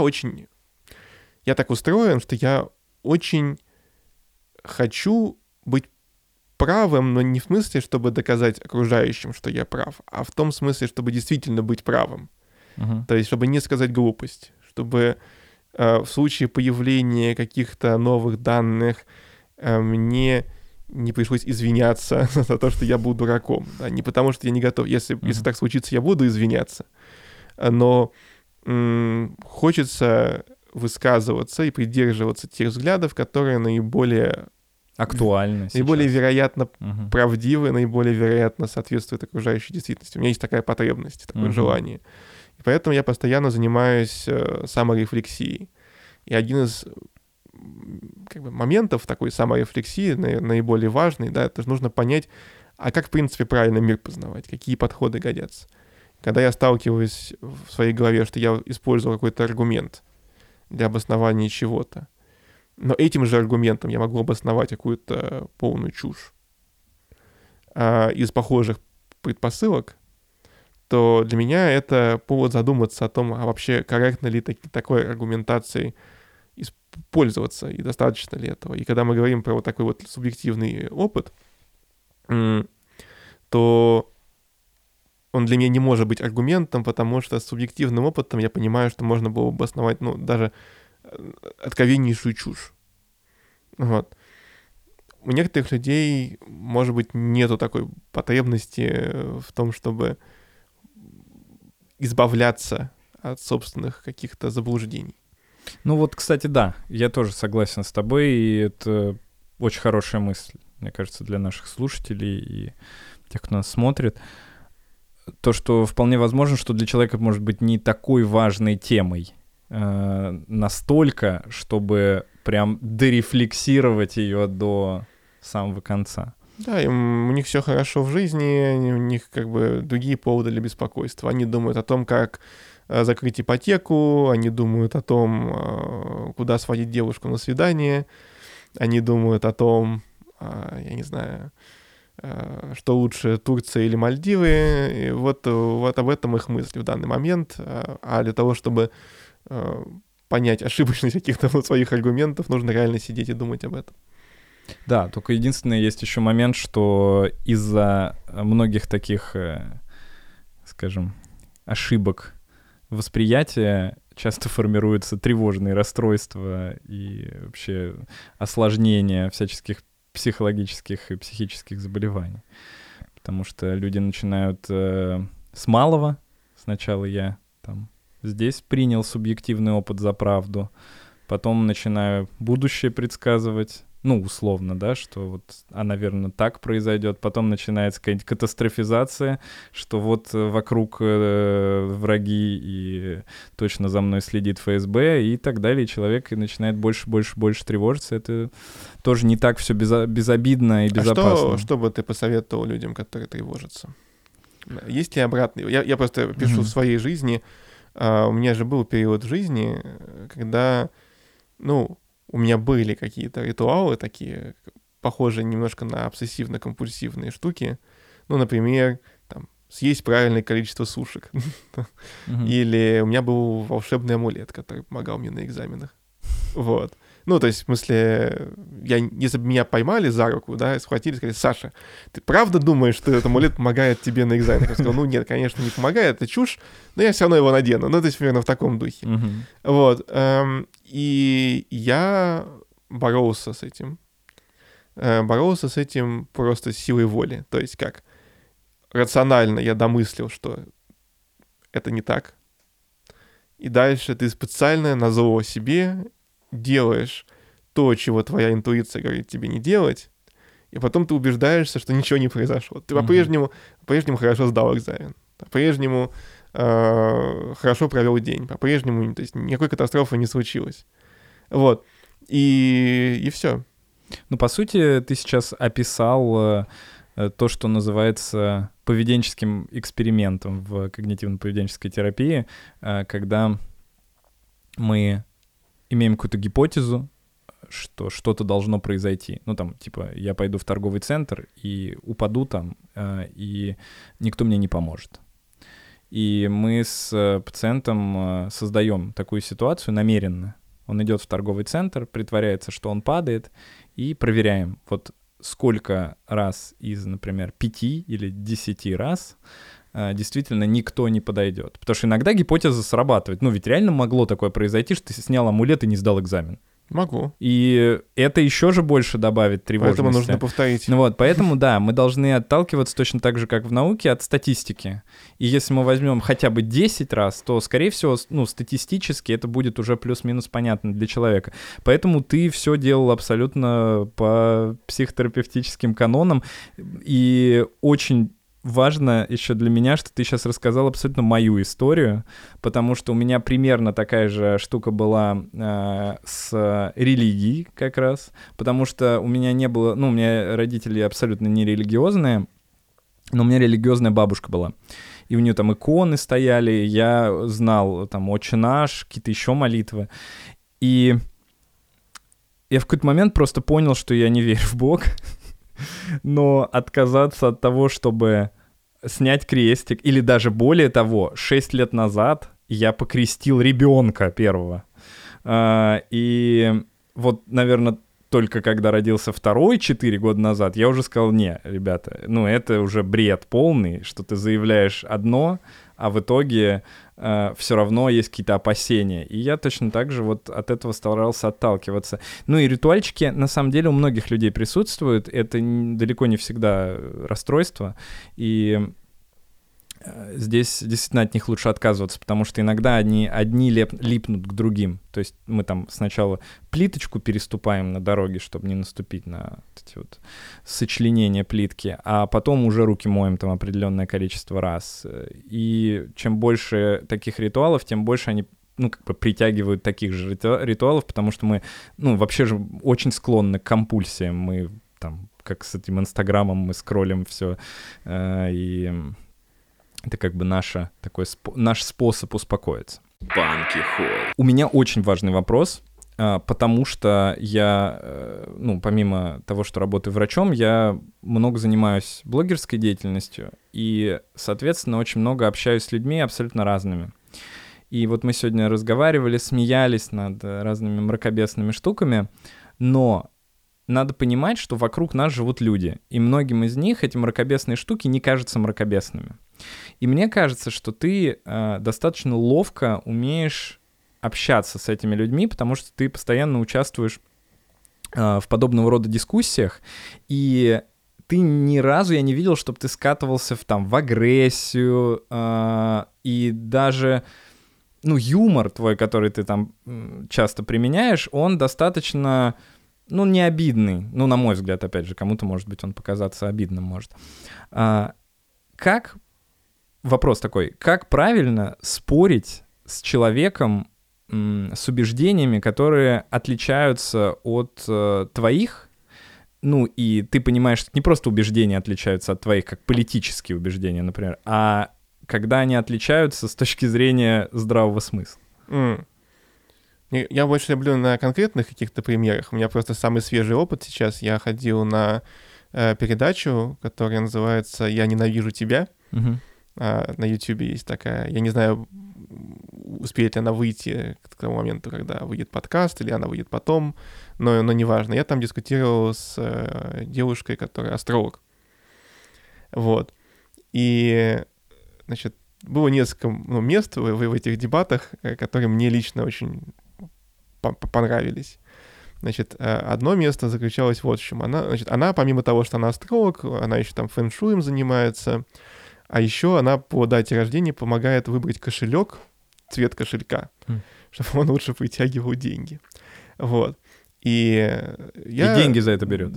так устроен, что я очень хочу быть правым, но не в смысле, чтобы доказать окружающим, что я прав, а в том смысле, чтобы действительно быть правым. То есть, чтобы не сказать глупость, чтобы в случае появления каких-то новых данных мне не пришлось извиняться за то, что я был дураком. Да? Не потому, что я не готов. Если так случится, я буду извиняться. Но хочется высказываться и придерживаться тех взглядов, которые наиболее актуальны, наиболее вероятно правдивы, наиболее вероятно соответствуют окружающей действительности. У меня есть такая потребность, такое желание. И поэтому я постоянно занимаюсь саморефлексией. И один из моментов такой саморефлексии, наиболее важный, да, это же нужно понять, а как, в принципе, правильно мир познавать, какие подходы годятся. Когда я сталкиваюсь в своей голове, что я использовал какой-то аргумент для обоснования чего-то, но этим же аргументом я могу обосновать какую-то полную чушь из похожих предпосылок, то для меня это повод задуматься о том, а вообще корректно ли такой аргументацией пользоваться, и достаточно ли этого. И когда мы говорим про вот такой вот субъективный опыт, то он для меня не может быть аргументом, потому что с субъективным опытом я понимаю, что можно было бы обосновать, даже откровеннейшую чушь. Вот. У некоторых людей, может быть, нету такой потребности в том, чтобы избавляться от собственных каких-то заблуждений. Ну вот, кстати, да, я тоже согласен с тобой, и это очень хорошая мысль, мне кажется, для наших слушателей и тех, кто нас смотрит. То, что вполне возможно, что для человека может быть не такой важной темой настолько, чтобы прям дорефлексировать ее до самого конца. Да, у них все хорошо в жизни, у них как бы другие поводы для беспокойства. Они думают о том, как закрыть ипотеку, они думают о том, куда сводить девушку на свидание, они думают о том, я не знаю, что лучше, Турция или Мальдивы. И вот об этом их мысли в данный момент. А для того, чтобы понять ошибочность каких-то своих аргументов, нужно реально сидеть и думать об этом. Да, только единственное, есть еще момент, что из-за многих таких, скажем, ошибок восприятия часто формируются тревожные расстройства и вообще осложнения всяческих психологических и психических заболеваний. Потому что люди начинают с малого. Сначала я там здесь принял субъективный опыт за правду, потом начинаю будущее предсказывать, ну, условно, да, что вот, наверное, так произойдет. Потом начинается какая-нибудь катастрофизация, что вот вокруг враги и точно за мной следит ФСБ и так далее. И человек начинает больше тревожиться. Это тоже не так все безобидно и безопасно. А что бы ты посоветовал людям, которые тревожатся? Есть ли обратный? Я просто пишу в своей жизни. У меня же был период в жизни, когда, у меня были какие-то ритуалы такие, похожие немножко на обсессивно-компульсивные штуки. Например, там, съесть правильное количество сушек. Или у меня был волшебный амулет, который помогал мне на экзаменах. Вот. То есть, в смысле, если бы меня поймали за руку, да, схватили, сказали: Саша, ты правда думаешь, что этот амулет помогает тебе на экзаменах? Я сказал: нет, конечно, не помогает, это чушь, но я все равно его надену. То есть, примерно в таком духе. Вот. И я боролся с этим. Боролся с этим просто силой воли. То есть, как рационально я домыслил, что это не так. И дальше ты специально на зло себе делаешь то, чего твоя интуиция говорит тебе не делать, и потом ты убеждаешься, что ничего не произошло. Ты по-прежнему хорошо сдал экзамен, по-прежнему хорошо провел день, по-прежнему, то есть никакой катастрофы не случилось. Вот. И все. По сути, ты сейчас описал то, что называется поведенческим экспериментом в когнитивно-поведенческой терапии, когда мы имеем какую-то гипотезу, что что-то должно произойти. Я пойду в торговый центр и упаду там, и никто мне не поможет. И мы с пациентом создаем такую ситуацию намеренно. Он идет в торговый центр, притворяется, что он падает, и проверяем, вот сколько раз из, например, 5 или 10 раз действительно никто не подойдет. Потому что иногда гипотеза срабатывает. Ведь реально могло такое произойти, что ты снял амулет и не сдал экзамен. Могу. И это еще же больше добавит тревожности. Поэтому нужно повторить. Поэтому, да, мы должны отталкиваться точно так же, как в науке, от статистики. И если мы возьмем хотя бы 10 раз, то, скорее всего, статистически это будет уже плюс-минус понятно для человека. Поэтому ты все делал абсолютно по психотерапевтическим канонам. И очень важно еще для меня, что ты сейчас рассказал абсолютно мою историю, потому что у меня примерно такая же штука была с религией как раз, потому что у меня не было, у меня родители абсолютно не религиозные, но у меня религиозная бабушка была. И у нее там иконы стояли, я знал там «Отче наш», какие-то еще молитвы. И я в какой-то момент просто понял, что я не верю в Бога, но отказаться от того, чтобы снять крестик, или даже более того, 6 лет назад я покрестил ребенка первого. И вот, наверное, только когда родился второй 4 года назад, я уже сказал: не, ребята, это уже бред полный, что ты заявляешь одно, а в итоге все равно есть какие-то опасения. И я точно так же вот от этого старался отталкиваться. И ритуальчики, на самом деле, у многих людей присутствуют. Это далеко не всегда расстройство. И здесь действительно от них лучше отказываться, потому что иногда они одни липнут к другим. То есть мы там сначала плиточку переступаем на дороге, чтобы не наступить на эти вот сочленения плитки, а потом уже руки моем там определенное количество раз. И чем больше таких ритуалов, тем больше они как бы притягивают таких же ритуалов, потому что мы, вообще же очень склонны к компульсиям. Мы там, как с этим Инстаграмом, мы скроллим все, и это как бы наш способ успокоиться. Банки Холл. У меня очень важный вопрос, потому что я, помимо того, что работаю врачом, я много занимаюсь блогерской деятельностью и, соответственно, очень много общаюсь с людьми абсолютно разными. И вот мы сегодня разговаривали, смеялись над разными мракобесными штуками, но надо понимать, что вокруг нас живут люди, и многим из них эти мракобесные штуки не кажутся мракобесными. И мне кажется, что ты достаточно ловко умеешь общаться с этими людьми, потому что ты постоянно участвуешь в подобного рода дискуссиях, и ты ни разу, я не видел, чтобы ты скатывался в агрессию, и даже... юмор твой, который ты там часто применяешь, он достаточно, не обидный. На мой взгляд, опять же, кому-то, может быть, он показаться обидным может. Вопрос такой, как правильно спорить с человеком с убеждениями, которые отличаются от твоих? И ты понимаешь, что не просто убеждения отличаются от твоих, как политические убеждения, например, а когда они отличаются с точки зрения здравого смысла. Я больше люблю на конкретных каких-то примерах. У меня просто самый свежий опыт сейчас. Я ходил на передачу, которая называется «Я ненавижу тебя». На YouTube есть такая. Я не знаю, успеет ли она выйти к тому моменту, когда выйдет подкаст, или она выйдет потом, но неважно. Я там дискутировал с девушкой, которая астролог. Вот. И... Значит, было несколько мест в этих дебатах, которые мне лично очень понравились. Значит, одно место заключалось вот в чем. Она, помимо того, что она астролог, она еще там фэн-шуем занимается, а еще она по дате рождения помогает выбрать кошелек, цвет кошелька, чтобы он лучше притягивал деньги. Вот. И деньги за это берет?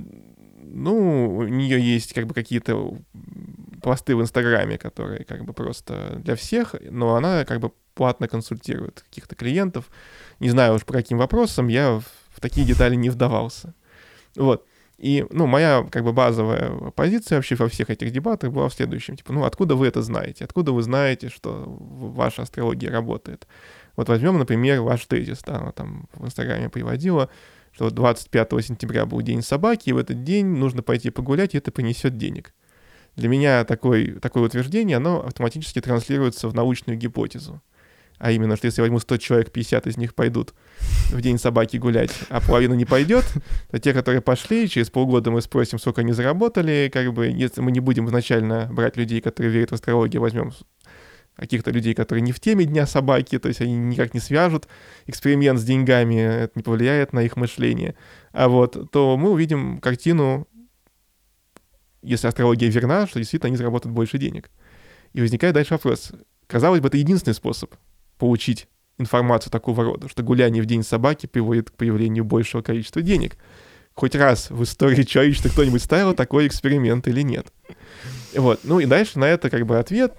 У нее есть как бы какие-то посты в Инстаграме, которые как бы просто для всех, но она как бы платно консультирует каких-то клиентов. Не знаю уж по каким вопросам, я в такие детали не вдавался. Вот. И, моя как бы базовая позиция вообще во всех этих дебатах была в следующем. Откуда вы это знаете? Откуда вы знаете, что ваша астрология работает? Вот возьмем, например, ваш тезис. Да, она там в Инстаграме приводила, что 25 сентября был день собаки, и в этот день нужно пойти погулять, и это принесет денег. Для меня такое утверждение, оно автоматически транслируется в научную гипотезу. А именно, что если я возьму 100 человек, 50 из них пойдут в день собаки гулять, а половина не пойдет, то те, которые пошли, через полгода мы спросим, сколько они заработали, как бы, если мы не будем изначально брать людей, которые верят в астрологию, возьмем каких-то людей, которые не в теме Дня собаки, то есть они никак не свяжут эксперимент с деньгами, это не повлияет на их мышление, то мы увидим картину, если астрология верна, что действительно они заработают больше денег. И возникает дальше вопрос. Казалось бы, это единственный способ получить информацию такого рода, что гуляние в день собаки приводит к появлению большего количества денег. Хоть раз в истории человечества кто-нибудь ставил такой эксперимент или нет? Вот. И дальше на это как бы ответ,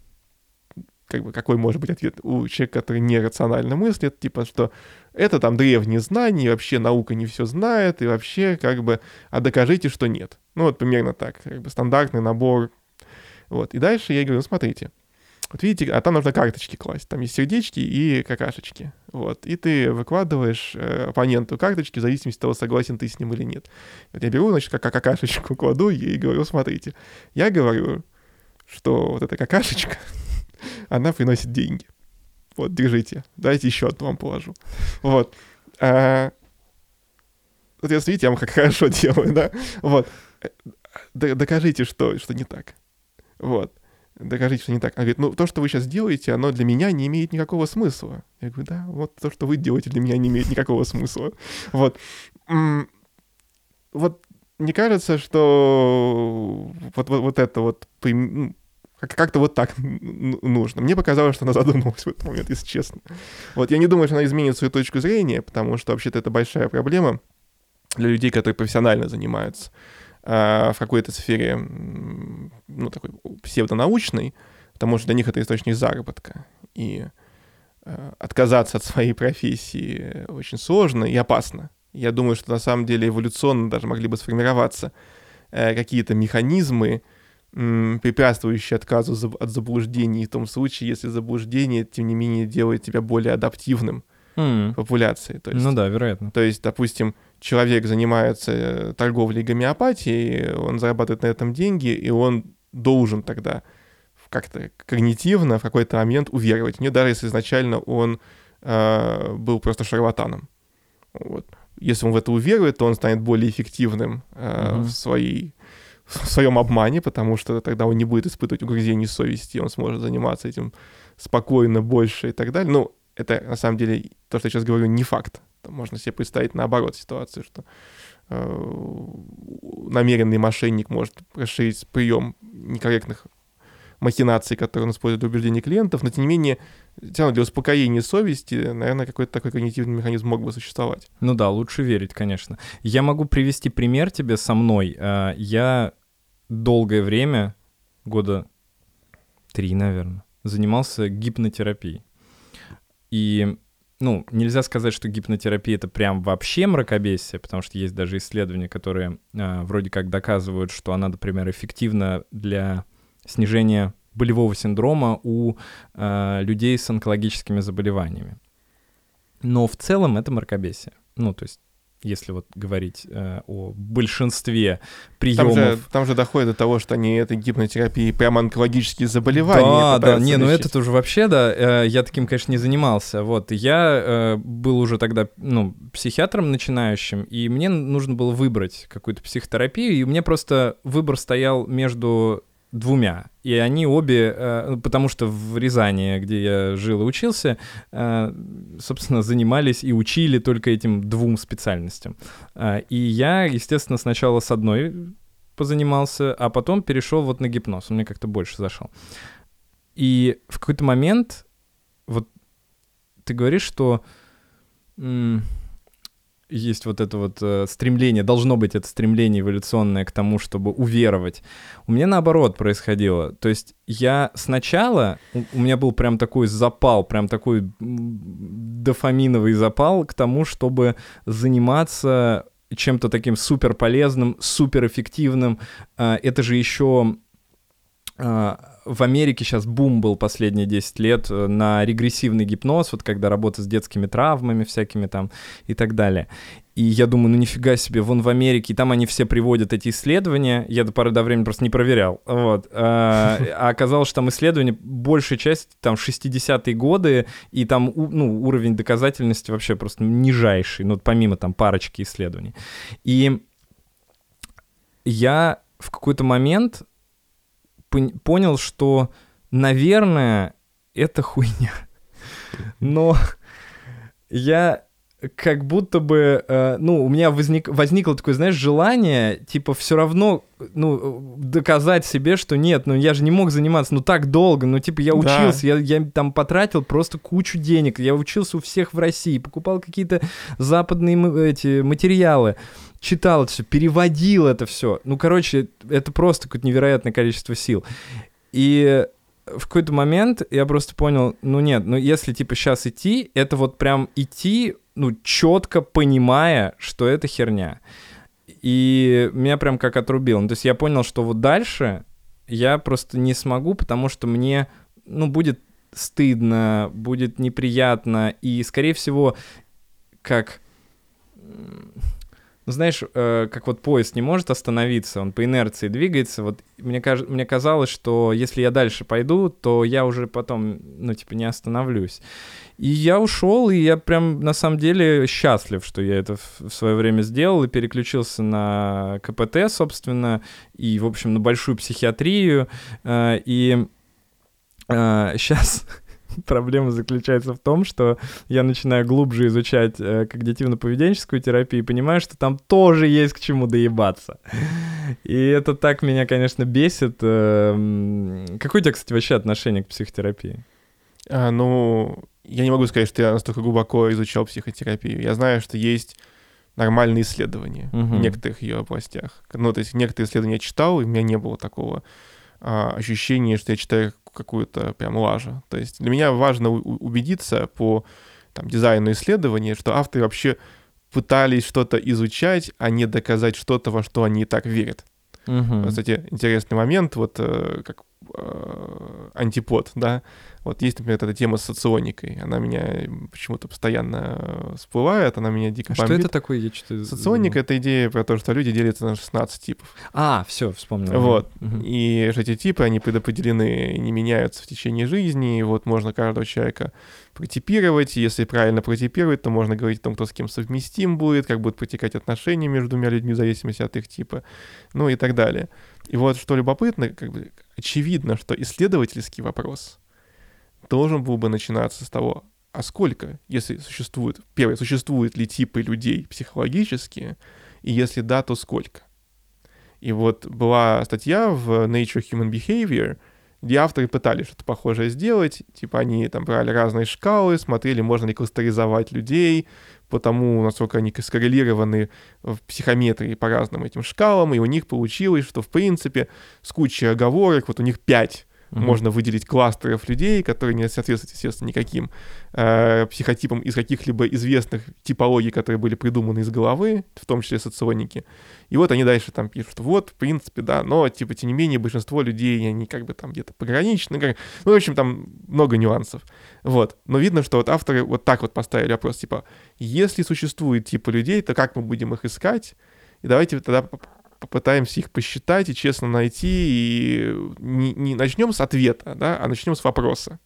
какой может быть ответ у человека, который нерационально мыслит, что это там древние знания, и вообще наука не все знает, и вообще а докажите, что нет. Примерно так, стандартный набор. Вот. И дальше я говорю, смотрите, вот видите, а там нужно карточки класть, там есть сердечки и какашечки. Вот. И ты выкладываешь оппоненту карточки в зависимости от того, согласен ты с ним или нет. Вот я беру, как какашечку кладу и говорю, смотрите, я говорю, что вот эта какашечка, она приносит деньги. Вот, держите. Давайте еще одну вам положу. Вот. Вот если видите, я вам как хорошо делаю, да? Вот. Докажите, что не так. Вот. Докажите, что не так. Она говорит, то, что вы сейчас делаете, оно для меня не имеет никакого смысла. Я говорю, да, вот то, что вы делаете, для меня не имеет никакого смысла. Вот. Вот мне кажется, что вот это вот Как-то вот так нужно. Мне показалось, что она задумалась в этот момент, если честно. Вот я не думаю, что она изменит свою точку зрения, потому что вообще-то это большая проблема для людей, которые профессионально занимаются в какой-то сфере, ну, такой псевдонаучной, потому что для них это источник заработка. И отказаться от своей профессии очень сложно и опасно. Я думаю, что на самом деле эволюционно даже могли бы сформироваться какие-то механизмы, препятствующие отказу от заблуждений в том случае, если заблуждение, тем не менее, делает тебя более адаптивным в популяции. То есть, ну да, вероятно. То есть, допустим, человек занимается торговлей гомеопатией, он зарабатывает на этом деньги, и он должен тогда как-то когнитивно в какой-то момент уверовать в нее, даже если изначально он был просто шарлатаном. Вот. Если он в это уверует, то он станет более эффективным в своем обмане, потому что тогда он не будет испытывать угрызений совести, он сможет заниматься этим спокойно, больше и так далее. Ну, это, на самом деле, то, что я сейчас говорю, не факт. Можно себе представить наоборот ситуацию, что намеренный мошенник может расширить прием некорректных махинаций, которые он использует для убеждения клиентов, но, тем не менее, для успокоения совести, наверное, какой-то такой когнитивный механизм мог бы существовать. Ну да, лучше верить, конечно. Я могу привести пример тебе со мной. Я долгое время, года 3, наверное, занимался гипнотерапией. И, ну, нельзя сказать, что гипнотерапия — это прям вообще мракобесие, потому что есть даже исследования, которые вроде как доказывают, что она, например, эффективна для снижения болевого синдрома у людей с онкологическими заболеваниями. Но в целом это мракобесие. Ну, то есть, если вот говорить о большинстве приемов... Там же доходит до того, что они этой гипнотерапией прямо онкологические заболевания. Да, не, ну это уже вообще, да, я таким, конечно, не занимался. Вот, я был уже тогда, ну, психиатром начинающим, и мне нужно было выбрать какую-то психотерапию, и у меня просто выбор стоял между двумя. И они обе, потому что в Рязани, где я жил и учился, собственно, занимались и учили только этим двум специальностям. И я, естественно, сначала с одной позанимался, а потом перешел вот на гипноз. Он мне как-то больше зашел. И в какой-то момент, вот ты говоришь, что есть вот это вот стремление, должно быть это стремление эволюционное к тому, чтобы уверовать. У меня наоборот происходило. То есть я сначала, у меня был прям такой запал, прям такой дофаминовый запал к тому, чтобы заниматься чем-то таким суперполезным, суперэффективным. Это же еще... В Америке сейчас бум был последние 10 лет на регрессивный гипноз, вот когда работа с детскими травмами всякими там и так далее. И я думаю, ну нифига себе, вон в Америке, и там они все приводят эти исследования, я до поры до времени просто не проверял, вот. А оказалось, что там исследования, большая часть, там, 60-е годы, и там, ну, уровень доказательности вообще просто нижайший, ну, помимо там парочки исследований. И я в какой-то момент понял, что, наверное, это хуйня. Но я как будто бы, ну, у меня возникло такое, знаешь, желание, типа, все равно, ну, доказать себе, что нет, ну, я же не мог заниматься, ну, так долго, ну, типа, я учился, я там потратил просто кучу денег, я учился у всех в России, покупал какие-то западные эти материалы, читал это все, переводил это все. Ну, короче, это просто какое-то невероятное количество сил. И в какой-то момент я просто понял, ну нет, ну если типа сейчас идти, это вот прям идти, ну, четко понимая, что это херня. И меня прям как отрубило. Ну, то есть я понял, что вот дальше я просто не смогу, потому что мне, ну, будет стыдно, будет неприятно, и, скорее всего, как... Ну, знаешь, как вот поезд не может остановиться, он по инерции двигается. Вот мне казалось, что если я дальше пойду, то я уже потом, ну, типа, не остановлюсь. И я ушел, и я прям, на самом деле, счастлив, что я это в свое время сделал, и переключился на КПТ, собственно, и, в общем, на большую психиатрию. И сейчас... Проблема заключается в том, что я начинаю глубже изучать когнитивно-поведенческую терапию и понимаю, что там тоже есть к чему доебаться. И это так меня, конечно, бесит. Какое у тебя, кстати, вообще отношение к психотерапии? Ну, я не могу сказать, что я настолько глубоко изучал психотерапию. Я знаю, что есть нормальные исследования в некоторых ее областях. Ну, то есть некоторые исследования я читал, и у меня не было такого ощущения, что я читаю какую-то прям лажу. То есть для меня важно убедиться по дизайну исследования, что авторы вообще пытались что-то изучать, а не доказать что-то, во что они и так верят. Кстати, интересный момент, вот как антипод, да, вот есть, например, эта тема с соционикой, она меня почему-то постоянно всплывает, она меня дико бомбит. Что это такое? Я что-то... Соционика — это идея про то, что люди делятся на 16 типов. Все, вспомнил. Вот, и что эти типы, они предопределены, не меняются в течение жизни, и вот можно каждого человека протипировать, и если правильно протипировать, то можно говорить о том, кто с кем совместим будет, как будут протекать отношения между двумя людьми в зависимости от их типа, ну и так далее. И вот что любопытно, как бы очевидно, что исследовательский вопрос должен был бы начинаться с того, а сколько, если существует, первое, существуют ли типы людей психологические, и если да, то сколько. И вот была статья в Nature Human Behavior, где авторы пытались что-то похожее сделать, типа они там брали разные шкалы, смотрели, можно ли кластеризовать людей, по тому, насколько они скоррелированы в психометрии по разным этим шкалам, и у них получилось, что в принципе с кучей оговорок, вот у них 5 можно выделить кластеров людей, которые не соответствуют, естественно, никаким психотипам из каких-либо известных типологий, которые были придуманы из головы, в том числе соционики. И вот они дальше там пишут, что вот, в принципе, да, но, типа, тем не менее, большинство людей, они как бы там где-то пограничны, ну, в общем, там много нюансов. Вот. Но видно, что вот авторы вот так вот поставили вопрос, типа, если существует типы людей, то как мы будем их искать? И давайте тогда попытаемся их посчитать и честно найти, и не начнем с ответа, да, а начнем с вопроса.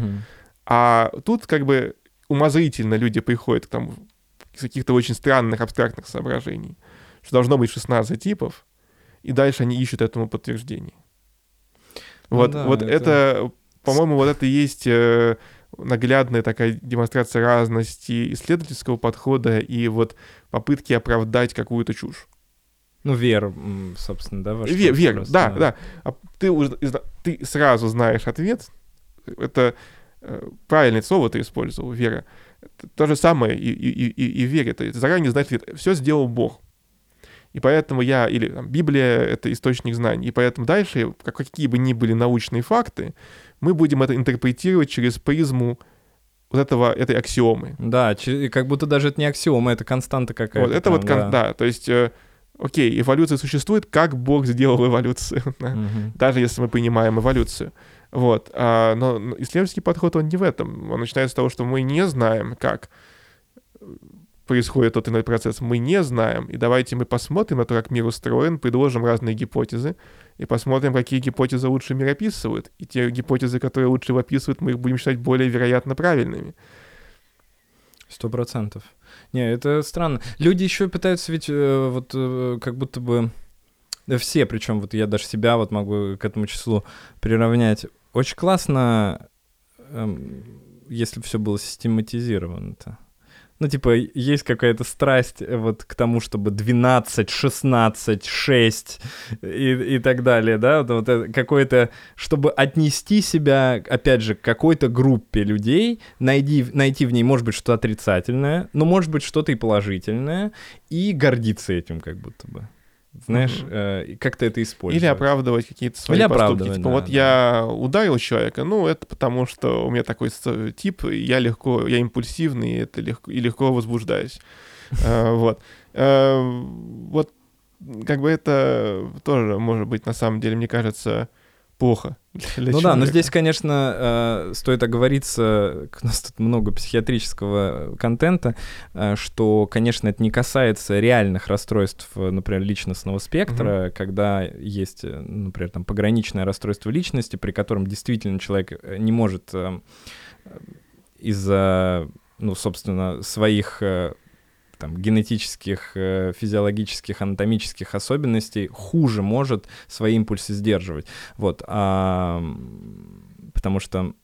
А тут как бы умозрительно люди приходят к тому, из каких-то очень странных абстрактных соображений, что должно быть 16 типов, и дальше они ищут этому подтверждение. Вот, ну да, вот это, по-моему, вот это и есть наглядная такая демонстрация разности исследовательского подхода и вот попытки оправдать какую-то чушь. Ну, вера, собственно, да? Вера, да. А ты сразу знаешь ответ. Это правильное слово ты использовал, вера. То же самое и в вере. Ты заранее знаешь ответ. Все сделал Бог. И поэтому или Библия — это источник знаний. И поэтому дальше, какие бы ни были научные факты, мы будем это интерпретировать через призму вот этой аксиомы. Да, как будто даже это не аксиома, это константа какая-то. Вот это там, да, то есть... Окей, эволюция существует, как Бог сделал эволюцию, даже если мы понимаем эволюцию. Вот. Но исследовательский подход, он не в этом. Он начинается с того, что мы не знаем, как происходит тот иной процесс. Мы не знаем. И давайте мы посмотрим на то, как мир устроен, предложим разные гипотезы, и посмотрим, какие гипотезы лучше мир описывают. И те гипотезы, которые лучше его описывают, мы их будем считать более вероятно правильными. 100%. Не, это странно. Люди еще пытаются ведь как будто бы... Да все, причем вот я даже себя вот могу к этому числу приравнять. Очень классно, если бы все было систематизировано-то. Ну, типа, есть какая-то страсть вот к тому, чтобы 12, 16, 6 и так далее, да, вот какое-то, чтобы отнести себя, опять же, к какой-то группе людей, найти в ней, может быть, что-то отрицательное, но, может быть, что-то и положительное, и гордиться этим как будто бы. Знаешь, как-то это использовать. Или оправдывать какие-то свои поступки. Типа, да, вот да. Я ударил человека, ну, это потому, что у меня такой тип, я импульсивный, и легко возбуждаюсь. Вот. Вот, как бы это тоже может быть, на самом деле, мне кажется, плохо для человека. Да, но здесь, конечно, стоит оговориться, у нас тут много психиатрического контента, что, конечно, это не касается реальных расстройств, например, личностного спектра, когда есть, например, там, пограничное расстройство личности, при котором действительно человек не может из-за, собственно, своих там, генетических, физиологических, анатомических особенностей хуже может свои импульсы сдерживать. Вот. Потому что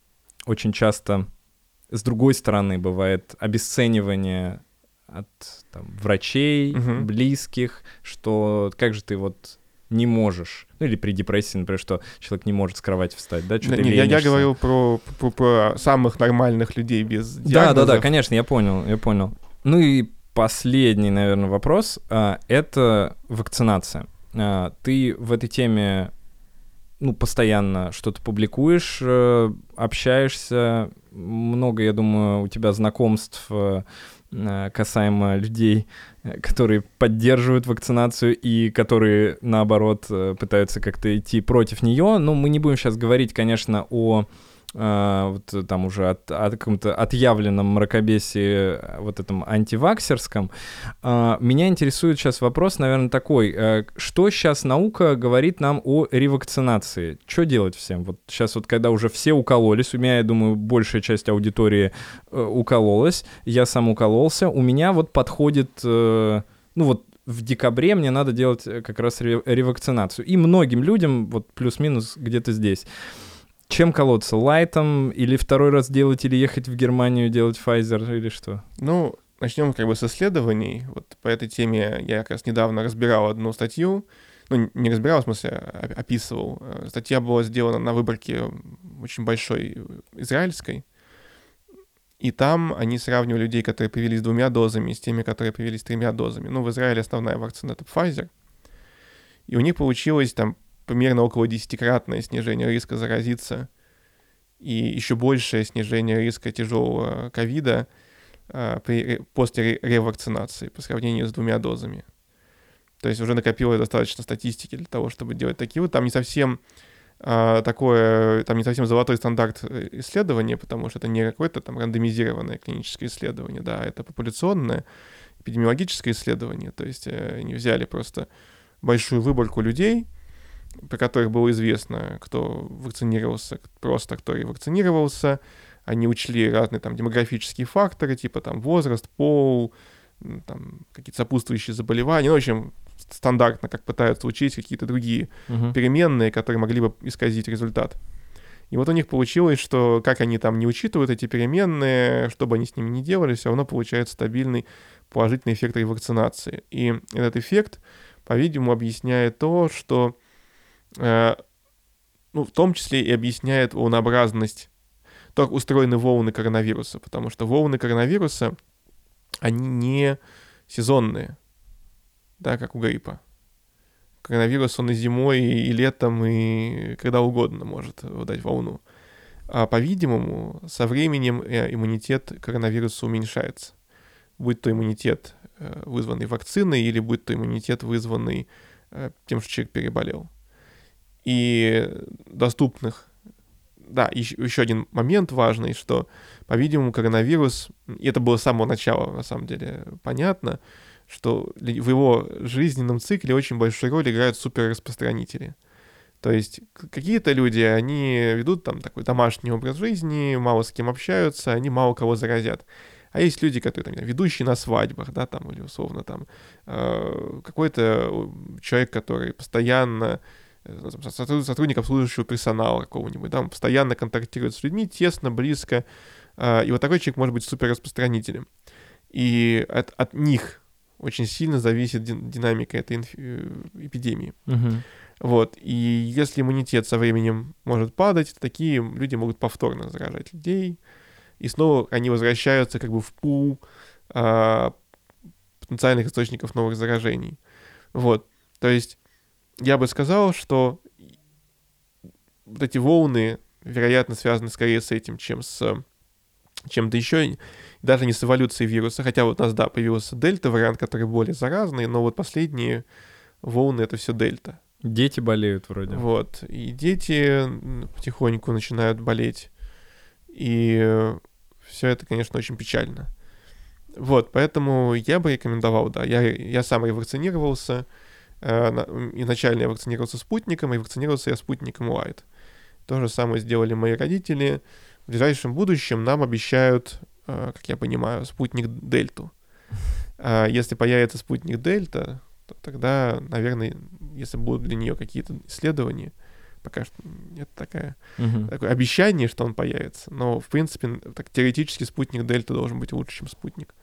очень часто с другой стороны бывает обесценивание от там, врачей, близких, что как же ты вот не можешь, ну или при депрессии, например, что человек не может с кровати встать, да, что-то ленишься. Я говорил про самых нормальных людей без диагнозов. Да, конечно, я понял. Ну и последний, наверное, вопрос — это вакцинация. Ты в этой теме, ну, постоянно что-то публикуешь, общаешься, много, я думаю, у тебя знакомств касаемо людей, которые поддерживают вакцинацию и которые, наоборот, пытаются как-то идти против нее. Но мы не будем сейчас говорить, конечно, о вот там уже о каком-то отъявленном мракобесии, вот этом антиваксерском. Меня интересует сейчас вопрос, наверное, такой. Что сейчас наука говорит нам о ревакцинации? Что делать всем? Вот сейчас вот, когда уже все укололись, у меня, я думаю, большая часть аудитории укололась, я сам укололся, у меня вот подходит, ну вот, в декабре мне надо делать как раз ревакцинацию. И многим людям, вот плюс-минус где-то здесь. Чем колоться? Лайтом или второй раз делать, или ехать в Германию делать Pfizer, или что? Ну, начнем как бы с исследований. Вот по этой теме я как раз недавно разбирал одну статью. Ну, не разбирал, в смысле, описывал. Статья была сделана на выборке очень большой израильской. И там они сравнивали людей, которые привились 2 дозами, с теми, которые привились 3 дозами. Ну, в Израиле основная вакцина — это Pfizer. И у них получилось там примерно около 10-кратное снижение риска заразиться и еще большее снижение риска тяжелого ковида после ревакцинации по сравнению с 2 дозами. То есть уже накопилось достаточно статистики для того, чтобы делать такие вот. Там не совсем золотой стандарт исследования, потому что это не какое-то там рандомизированное клиническое исследование, да, это популяционное эпидемиологическое исследование. То есть они взяли просто большую выборку людей, про которых было известно, кто вакцинировался, просто кто ревакцинировался. Они учли разные там демографические факторы, типа там возраст, пол, там какие-то сопутствующие заболевания. Ну, в общем, стандартно, как пытаются учить какие-то другие переменные, которые могли бы исказить результат. И вот у них получилось, что как они там не учитывают эти переменные, что бы они с ними ни делали, все равно получается стабильный положительный эффект ревакцинации. И этот эффект, по-видимому, объясняет то, что в том числе и объясняет волнообразность, то, как устроены волны коронавируса, потому что волны коронавируса, они не сезонные, да, как у гриппа. Коронавирус, он и зимой, и летом, и когда угодно может дать волну. А, по-видимому, со временем иммунитет к коронавирусу уменьшается. Будь то иммунитет, вызванный вакциной, или будь то иммунитет, вызванный тем, что человек переболел. И доступных... Да, еще один момент важный, что, по-видимому, коронавирус, и это было с самого начала, на самом деле, понятно, что в его жизненном цикле очень большую роль играют суперраспространители. То есть какие-то люди, они ведут там такой домашний образ жизни, мало с кем общаются, они мало кого заразят. А есть люди, которые там, ведущие на свадьбах, да, там, или условно там какой-то человек, который постоянно сотрудник обслуживающего персонала какого-нибудь, да, он постоянно контактирует с людьми, тесно, близко, и вот такой человек может быть суперраспространителем. И от них очень сильно зависит динамика этой эпидемии. Вот. И если иммунитет со временем может падать, то такие люди могут повторно заражать людей, и снова они возвращаются как бы в пул потенциальных источников новых заражений. Вот. То есть я бы сказал, что вот эти волны, вероятно, связаны скорее с этим, чем с чем-то еще, даже не с эволюцией вируса. Хотя вот у нас, да, появился дельта-вариант, который более заразный, но вот последние волны — это все дельта. Дети болеют вроде. Вот. И дети потихоньку начинают болеть. И все это, конечно, очень печально. Вот, поэтому я бы рекомендовал, да, я сам ревакцинировался. Изначально я вакцинировался спутником, и вакцинировался я спутником Light. То же самое сделали мои родители. В ближайшем будущем нам обещают, как я понимаю, спутник Дельту. Если появится спутник Дельта, то тогда, наверное, если будут для нее какие-то исследования, пока что нет такое обещание, что он появится. Но, в принципе, так, теоретически спутник Дельта должен быть лучше, чем спутник.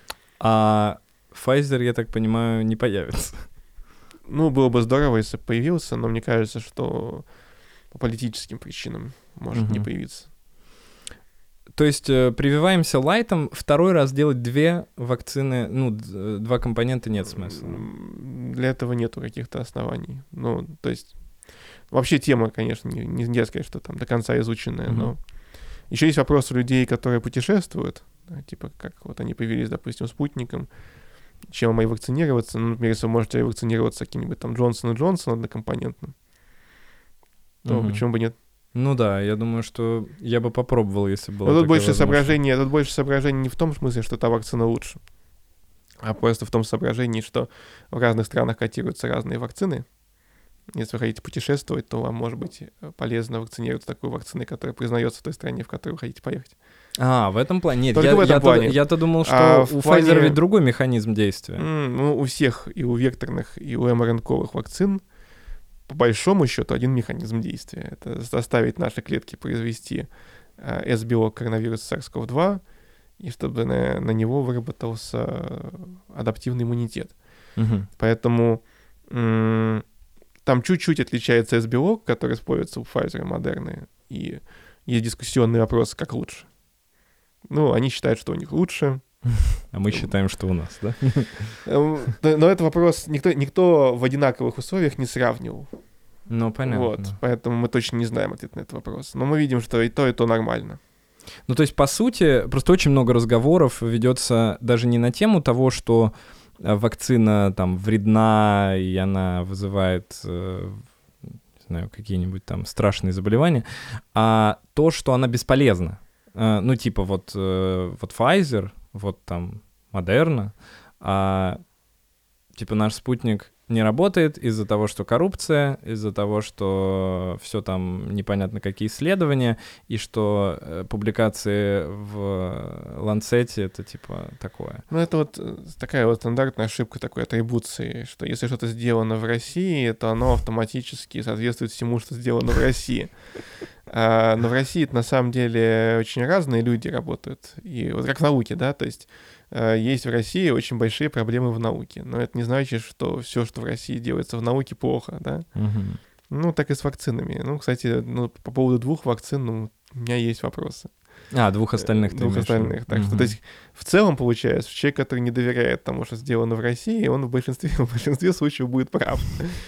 А Pfizer, я так понимаю, не появится. Ну, было бы здорово, если бы появился, но мне кажется, что по политическим причинам может не появиться. То есть прививаемся лайтом, второй раз делать 2 вакцины, 2 компонента нет смысла? Для этого нету каких-то оснований. Ну, то есть вообще тема, конечно, нельзя сказать, что там до конца изученная, но еще есть вопрос у людей, которые путешествуют, да, типа как вот они появились, допустим, спутником, чем мои вакцинироваться. Ну, например, если вы можете вакцинироваться каким-нибудь там Джонсон & Джонсон однокомпонентным, то почему бы нет? Ну да, я думаю, что я бы попробовал, если было. Но тут больше соображений не в том смысле, что та вакцина лучше, а просто в том соображении, что в разных странах котируются разные вакцины. Если вы хотите путешествовать, то вам может быть полезно вакцинироваться такой вакциной, которая признается в той стране, в которую вы хотите поехать. В этом плане? Нет, я-то думал, что у Pfizer ведь другой механизм действия. Ну, у всех, и у векторных, и у МРНКовых вакцин, по большому счету, один механизм действия. Это заставить наши клетки произвести S-белок коронавируса SARS-CoV-2, и чтобы на него выработался адаптивный иммунитет. Поэтому там чуть-чуть отличается S-белок, который используется у Pfizer и Moderna, и есть дискуссионный вопрос, как лучше. Ну, они считают, что у них лучше. А мы считаем, что у нас, да? Но это вопрос никто в одинаковых условиях не сравнивал. Ну, понятно. Вот, поэтому мы точно не знаем ответ на этот вопрос. Но мы видим, что и то нормально. Ну, то есть, по сути, просто очень много разговоров ведется даже не на тему того, что вакцина там вредна, и она вызывает, не знаю, какие-нибудь там страшные заболевания, а то, что она бесполезна. Ну, типа вот Pfizer, вот там Moderna, типа наш спутник не работает из-за того, что коррупция, из-за того, что все там непонятно какие исследования, и что публикации в Lancet это типа такое. Ну, это вот такая вот стандартная ошибка такой атрибуции, что если что-то сделано в России, то оно автоматически соответствует всему, что сделано в России. Но в России это на самом деле очень разные люди работают. И вот как в науке, да, то есть есть в России очень большие проблемы в науке. Но это не значит, что все, что в России делается в науке, плохо, да. Ну, так и с вакцинами. Ну, кстати, по поводу 2 вакцин, у меня есть вопросы. 2 остальных ты 2 остальных. Так что, то есть, в целом, получается, человек, который не доверяет тому, что сделано в России, он в большинстве случаев будет прав.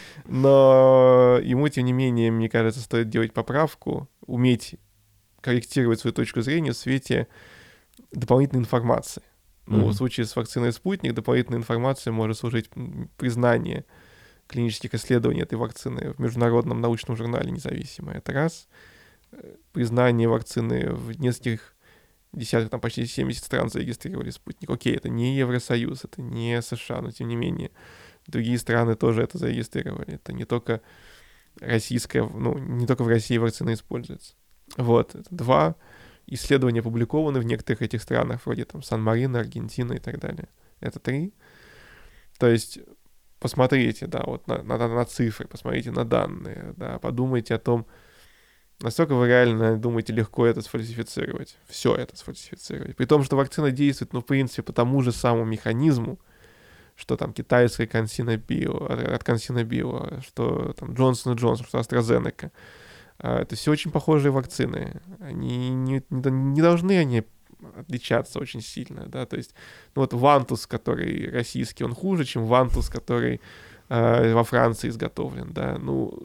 Но ему, тем не менее, мне кажется, стоит делать поправку, уметь корректировать свою точку зрения в свете дополнительной информации. Ну, в случае с вакциной «Спутник» дополнительная информация может служить признанию клинических исследований этой вакцины в международном научном журнале независимо. Это раз. Признание вакцины в нескольких десятках, там почти 70 стран зарегистрировали «Спутник». Окей, это не Евросоюз, это не США, но тем не менее другие страны тоже это зарегистрировали. Это не только российская, не только в России вакцина используется. Вот, это 2. Исследования опубликованы в некоторых этих странах, вроде там Сан-Марино, Аргентина и так далее. Это 3. То есть посмотрите, да, вот на цифры, посмотрите на данные, да, подумайте о том, насколько вы реально думаете легко это сфальсифицировать, все это сфальсифицировать. При том, что вакцина действует, в принципе, по тому же самому механизму, что там китайская CanSino Bio, от CanSino Bio, что там Johnson & Johnson, что AstraZeneca. Это все очень похожие вакцины. Они не должны они отличаться очень сильно, да, то есть вот Вантус, который российский, он хуже, чем Вантус, который во Франции изготовлен, да,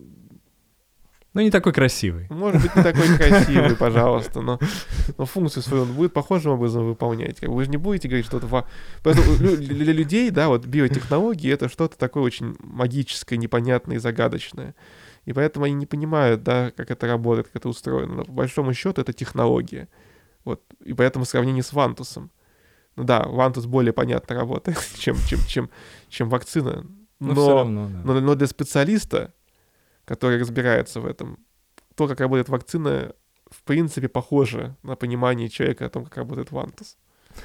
не такой красивый. Может быть, не такой красивый, пожалуйста, но функцию свою он будет похожим образом выполнять. Вы же не будете говорить, что это... Поэтому для людей, да, вот биотехнологии — это что-то такое очень магическое, непонятное и загадочное. И поэтому они не понимают, да, как это работает, как это устроено. Но по большому счету это технология. Вот. И поэтому сравнение с Вантусом. Ну да, Вантус более понятно работает, чем вакцина. Но все равно, да. Но для специалиста, который разбирается в этом, то, как работает вакцина, в принципе, похоже на понимание человека о том, как работает Вантус.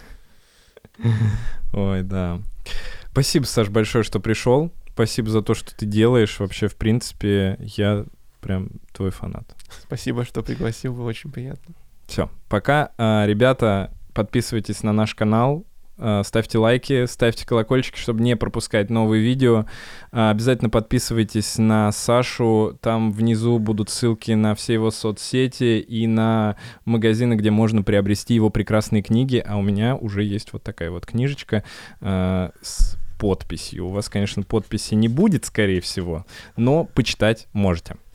Ой, да. Спасибо, Саш, большое, что пришел. Спасибо за то, что ты делаешь. Вообще, в принципе, я прям твой фанат. Спасибо, что пригласил, было очень приятно. Все, пока. Ребята, подписывайтесь на наш канал, ставьте лайки, ставьте колокольчики, чтобы не пропускать новые видео. Обязательно подписывайтесь на Сашу. Там внизу будут ссылки на все его соцсети и на магазины, где можно приобрести его прекрасные книги. А у меня уже есть вот такая вот книжечка с подписью. У вас, конечно, подписи не будет, скорее всего, но почитать можете.